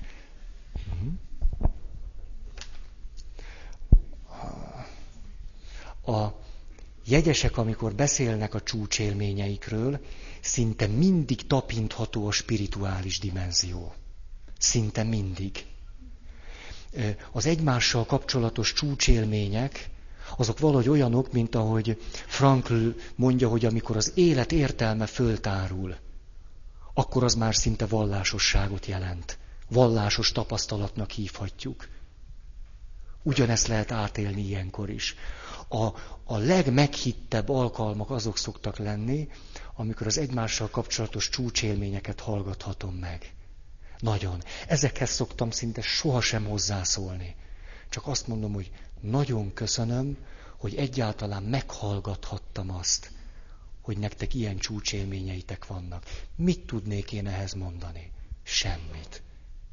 A jegyesek, amikor beszélnek a csúcsélményeikről, szinte mindig tapintható a spirituális dimenzió. Szinte mindig. Az egymással kapcsolatos csúcsélmények, azok valahogy olyanok, mint ahogy Frankl mondja, hogy amikor az élet értelme föltárul, akkor az már szinte vallásosságot jelent. Vallásos tapasztalatnak hívhatjuk. Ugyanezt lehet átélni ilyenkor is. A legmeghittebb alkalmak azok szoktak lenni, amikor az egymással kapcsolatos csúcsélményeket hallgathatom meg. Nagyon. Ezekhez szoktam szinte sohasem hozzászólni. Csak azt mondom, hogy nagyon köszönöm, hogy egyáltalán meghallgathattam azt, hogy nektek ilyen csúcsélményeitek vannak. Mit tudnék én ehhez mondani? Semmit.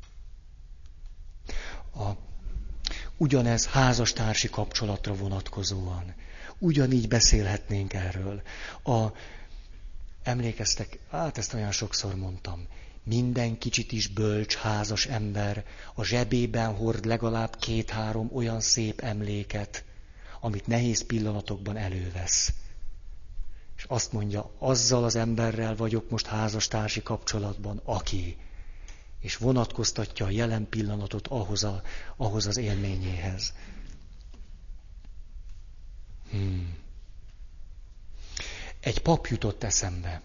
Ugyanez házastársi kapcsolatra vonatkozóan. Ugyanígy beszélhetnénk erről. Emlékeztek, ezt olyan sokszor mondtam, minden kicsit is bölcs, házas ember a zsebében hord legalább 2-3 olyan szép emléket, amit nehéz pillanatokban elővesz. És azt mondja, azzal az emberrel vagyok most házastársi kapcsolatban, aki... és vonatkoztatja a jelen pillanatot ahhoz az élményéhez. Egy pap jutott eszembe.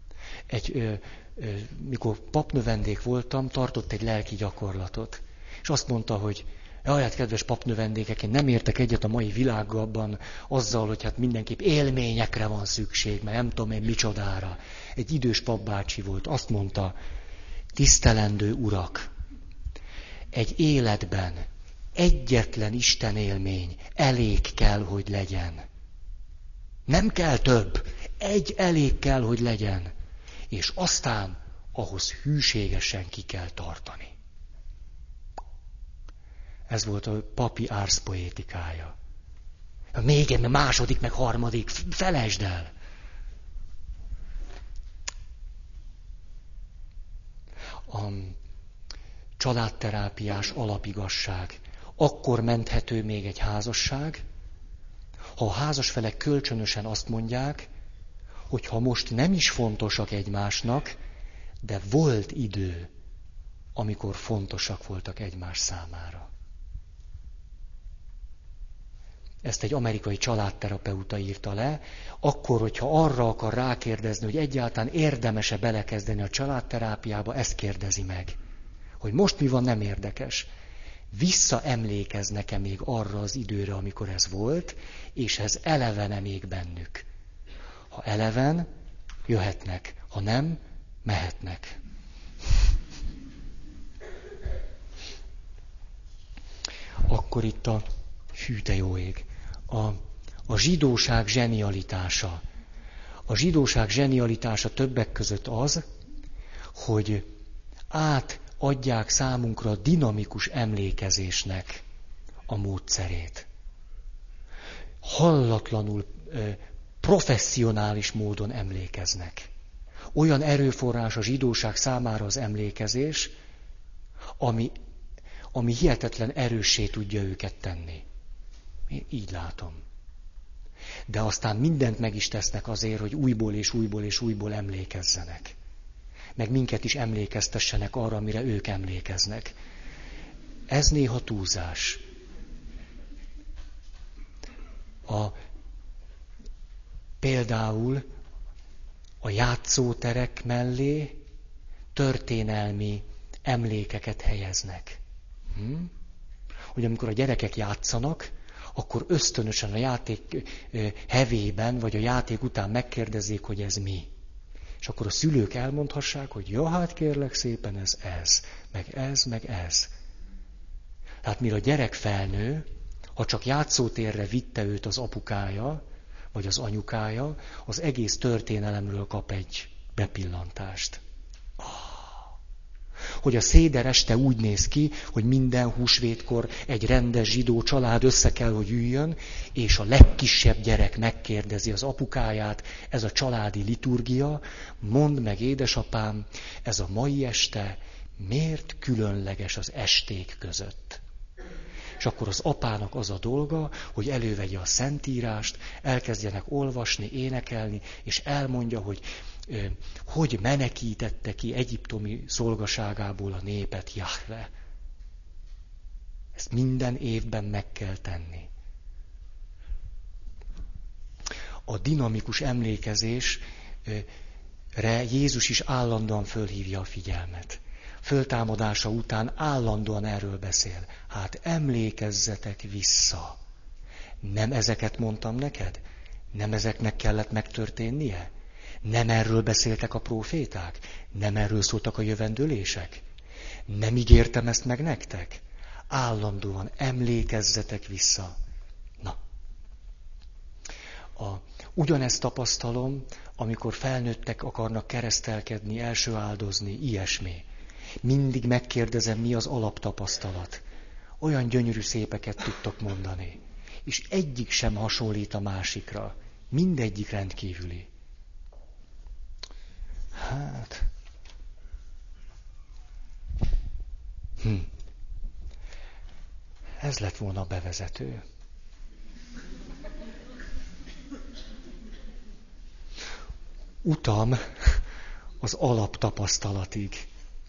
Mikor papnövendék voltam, tartott egy lelki gyakorlatot. És azt mondta, hogy hát kedves papnövendékek, én nem értek egyet a mai világban azzal, hogy hát mindenképp élményekre van szükség, mert nem tudom én micsodára. Egy idős papbácsi volt, azt mondta, tisztelendő urak, egy életben egyetlen Isten élmény elég kell, hogy legyen. Nem kell több, egy elég kell, hogy legyen. És aztán ahhoz hűségesen ki kell tartani. Ez volt a papi árszpoétikája. Még egy, második, meg harmadik, felejtsd el! A családterápiás alapigasság. Akkor menthető még egy házasság, ha a házasfelek kölcsönösen azt mondják, hogy ha most nem is fontosak egymásnak, de volt idő, amikor fontosak voltak egymás számára. Ezt egy amerikai családterapeuta írta le, akkor, hogyha arra akar rákérdezni, hogy egyáltalán érdemes-e belekezdeni a családterápiába, ezt kérdezi meg. Hogy most mi van, nem érdekes. Visszaemlékeznek-e még arra az időre, amikor ez volt, és ez elevene még bennük. Ha eleven, jöhetnek, ha nem, mehetnek. Akkor itt hű de jó ég. A zsidóság zsenialitása. A zsidóság zsenialitása többek között az, hogy átadják számunkra a dinamikus emlékezésnek a módszerét. Hallatlanul professzionális módon emlékeznek. Olyan erőforrás a zsidóság számára az emlékezés, ami hihetetlen erőssé tudja őket tenni. Én így látom. De aztán mindent meg is tesznek azért, hogy újból és újból és újból emlékezzenek. Meg minket is emlékeztessenek arra, amire ők emlékeznek. Ez néha túlzás. Például a játszóterek mellé történelmi emlékeket helyeznek. Hogy amikor a gyerekek játszanak, akkor ösztönösen a játék hevében, vagy a játék után megkérdezik, hogy ez mi. És akkor a szülők elmondhassák, hogy ja, hát kérlek szépen ez, meg ez, meg ez. Tehát mire a gyerek felnő, ha csak játszótérre vitte őt az apukája, vagy az anyukája, az egész történelemről kap egy bepillantást. Hogy a széder este úgy néz ki, hogy minden húsvétkor egy rendes zsidó család össze kell, hogy üljön, és a legkisebb gyerek megkérdezi az apukáját, ez a családi liturgia, mondd meg édesapám, ez a mai este miért különleges az esték között? És akkor az apának az a dolga, hogy elővegye a Szentírást, elkezdjenek olvasni, énekelni, és elmondja, hogy menekítette ki egyiptomi szolgaságából a népet Jahve. Ezt minden évben meg kell tenni. A dinamikus emlékezésre Jézus is állandóan fölhívja a figyelmet. Föltámadása után állandóan erről beszél. Hát emlékezzetek vissza. Nem ezeket mondtam neked? Nem ezeknek kellett megtörténnie? Nem erről beszéltek a próféták? Nem erről szóltak a jövendőlések? Nem ígértem ezt meg nektek? Állandóan emlékezzetek vissza. Na. Ugyanezt tapasztalom, amikor felnőttek akarnak keresztelkedni, első áldozni, ilyesmi. Mindig megkérdezem, mi az alaptapasztalat. Olyan gyönyörű szépeket tudtok mondani. És egyik sem hasonlít a másikra. Mindegyik rendkívüli. Hát... Ez lett volna a bevezető. Utam az alaptapasztalatig.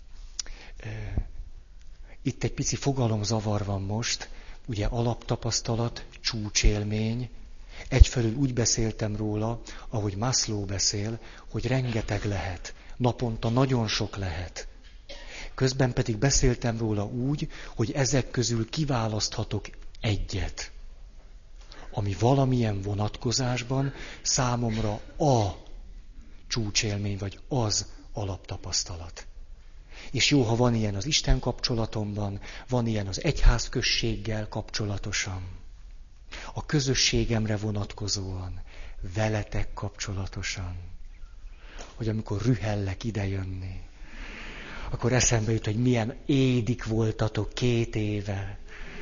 Itt egy pici fogalomzavar van most, ugye alaptapasztalat, csúcsélmény. Egyfelől úgy beszéltem róla, ahogy Maslow beszél, hogy rengeteg lehet, naponta nagyon sok lehet. Közben pedig beszéltem róla úgy, hogy ezek közül kiválaszthatok egyet, ami valamilyen vonatkozásban számomra a csúcsélmény, vagy az alaptapasztalat. És jó, ha van ilyen az Isten kapcsolatomban, van ilyen az egyházközséggel kapcsolatosan, a közösségemre vonatkozóan, veletek kapcsolatosan, hogy amikor rühellek idejönni, akkor eszembe jut, hogy milyen édik voltatok 2 éve.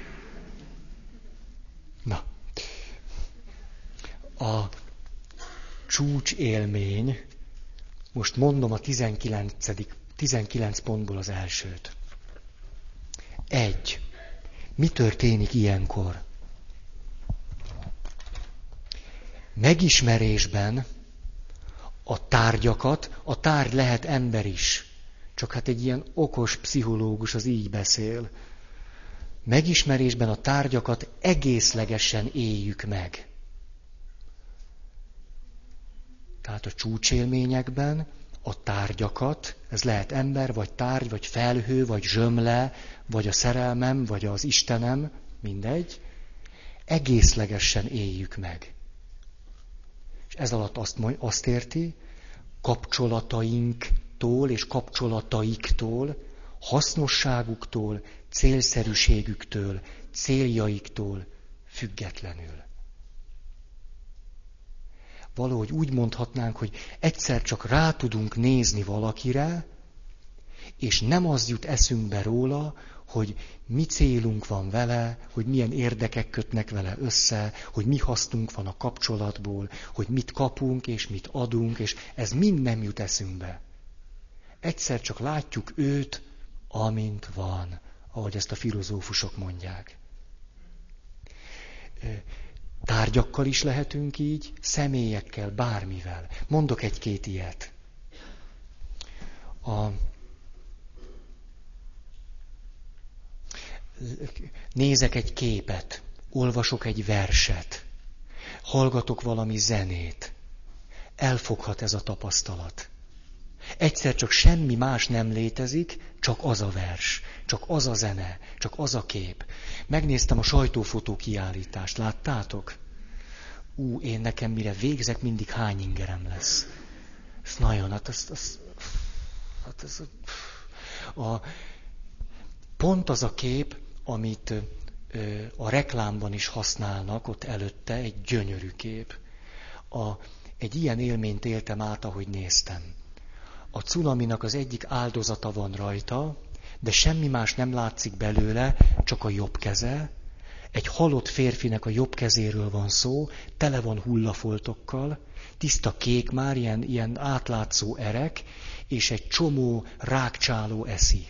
Na, a csúcsélmény, most mondom a 19 pontból az elsőt. 1. Mi történik ilyenkor? Megismerésben a tárgyakat, a tárgy lehet ember is, csak hát egy ilyen okos pszichológus az így beszél. Megismerésben a tárgyakat egészlegesen éljük meg. Tehát a csúcsélményekben a tárgyakat, ez lehet ember, vagy tárgy, vagy felhő, vagy zsömle, vagy a szerelmem, vagy az Istenem, mindegy, egészlegesen éljük meg. És ez alatt azt érti, kapcsolatainktól és kapcsolataiktól, hasznosságuktól, célszerűségüktől, céljaiktól függetlenül. Valahogy úgy mondhatnánk, hogy egyszer csak rá tudunk nézni valakire, és nem az jut eszünkbe róla, hogy mi célunk van vele, hogy milyen érdekek kötnek vele össze, hogy mi hasznunk van a kapcsolatból, hogy mit kapunk és mit adunk, és ez mind nem jut eszünkbe. Egyszer csak látjuk őt, amint van, ahogy ezt a filozófusok mondják. Tárgyakkal is lehetünk így, személyekkel, bármivel. Mondok egy-két ilyet. Nézek egy képet, olvasok egy verset, hallgatok valami zenét. Elfoghat ez a tapasztalat. Egyszer csak semmi más nem létezik, csak az a vers, csak az a zene, csak az a kép. Megnéztem a sajtófotó kiállítást, láttátok? Én nekem mire végzek, mindig hány ingerem lesz. Ez nagyon, pont az a kép, amit a reklámban is használnak, ott előtte egy gyönyörű kép. Egy ilyen élményt éltem át, ahogy néztem. A cunaminak az egyik áldozata van rajta, de semmi más nem látszik belőle, csak a jobb keze. Egy halott férfinek a jobb kezéről van szó, tele van hullafoltokkal, tiszta kék már, ilyen átlátszó erek, és egy csomó rákcsáló eszi.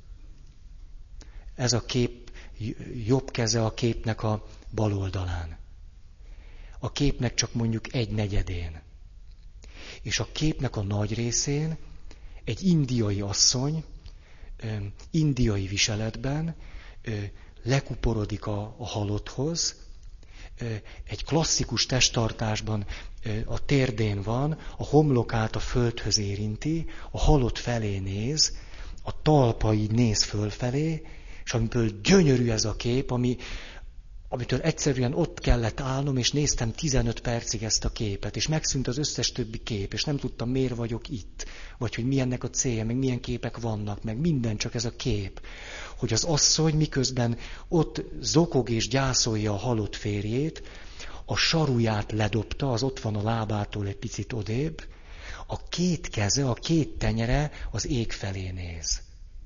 Ez a kép jobb keze a képnek a bal oldalán. A képnek csak mondjuk 1/4. És a képnek a nagy részén egy indiai asszony, indiai viseletben lekuporodik a halotthoz, egy klasszikus testtartásban a térdén van, a homlokát a földhöz érinti, a halott felé néz, a talpa így néz fölfelé, és amiből gyönyörű ez a kép, amitől egyszerűen ott kellett állnom, és néztem 15 percig ezt a képet, és megszűnt az összes többi kép, és nem tudtam, miért vagyok itt, vagy hogy milyennek a célja, meg milyen képek vannak, meg minden, csak ez a kép. Hogy az asszony miközben ott zokog és gyászolja a halott férjét, a saruját ledobta, az ott van a lábától egy picit odébb, a két keze, a két tenyere az ég felé néz.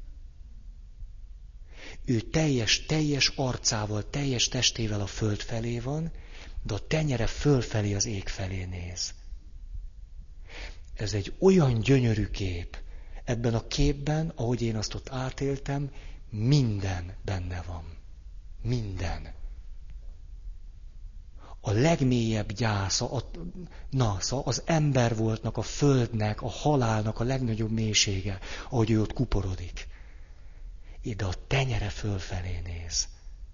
Ő teljes arcával, teljes testével a föld felé van, de a tenyere fölfelé az ég felé néz. Ez egy olyan gyönyörű kép. Ebben a képben, ahogy én azt ott átéltem, minden benne van. Minden. A legmélyebb gyász, az ember voltnak, a földnek, a halálnak a legnagyobb mélysége, ahogy ő ott kuporodik. De a tenyere fölfelé néz.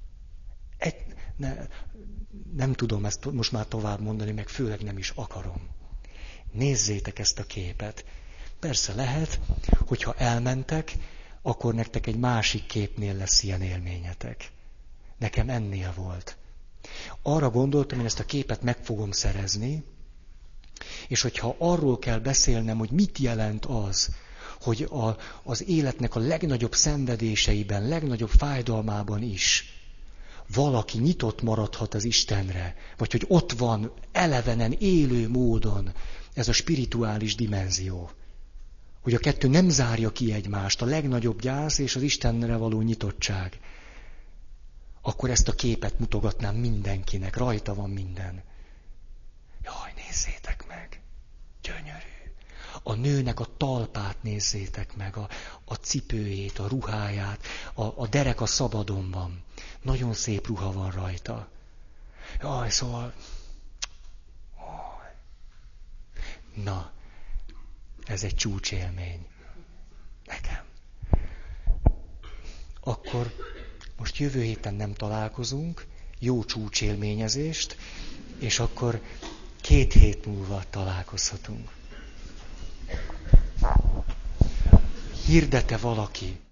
Nem tudom ezt most már tovább mondani, meg főleg nem is akarom. Nézzétek ezt a képet. Persze lehet, hogyha elmentek, akkor nektek egy másik képnél lesz ilyen élményetek. Nekem ennél volt. Arra gondoltam, hogy ezt a képet meg fogom szerezni, és hogyha arról kell beszélnem, hogy mit jelent az, hogy az életnek a legnagyobb szenvedéseiben, legnagyobb fájdalmában is valaki nyitott maradhat az Istenre, vagy hogy ott van elevenen, élő módon ez a spirituális dimenzió. Hogy a kettő nem zárja ki egymást, a legnagyobb gyász és az Istenre való nyitottság. Akkor ezt a képet mutogatnám mindenkinek, rajta van minden. Jaj, nézzétek meg, gyönyörű. A nőnek a talpát nézzétek meg, a cipőjét, a ruháját, a dereka szabadon van. Nagyon szép ruha van rajta. Jaj, szóval... Na, ez egy csúcsélmény. Nekem. Akkor most jövő héten nem találkozunk, jó csúcsélményezést, és akkor 2 hét múlva találkozhatunk. Hirdete valaki,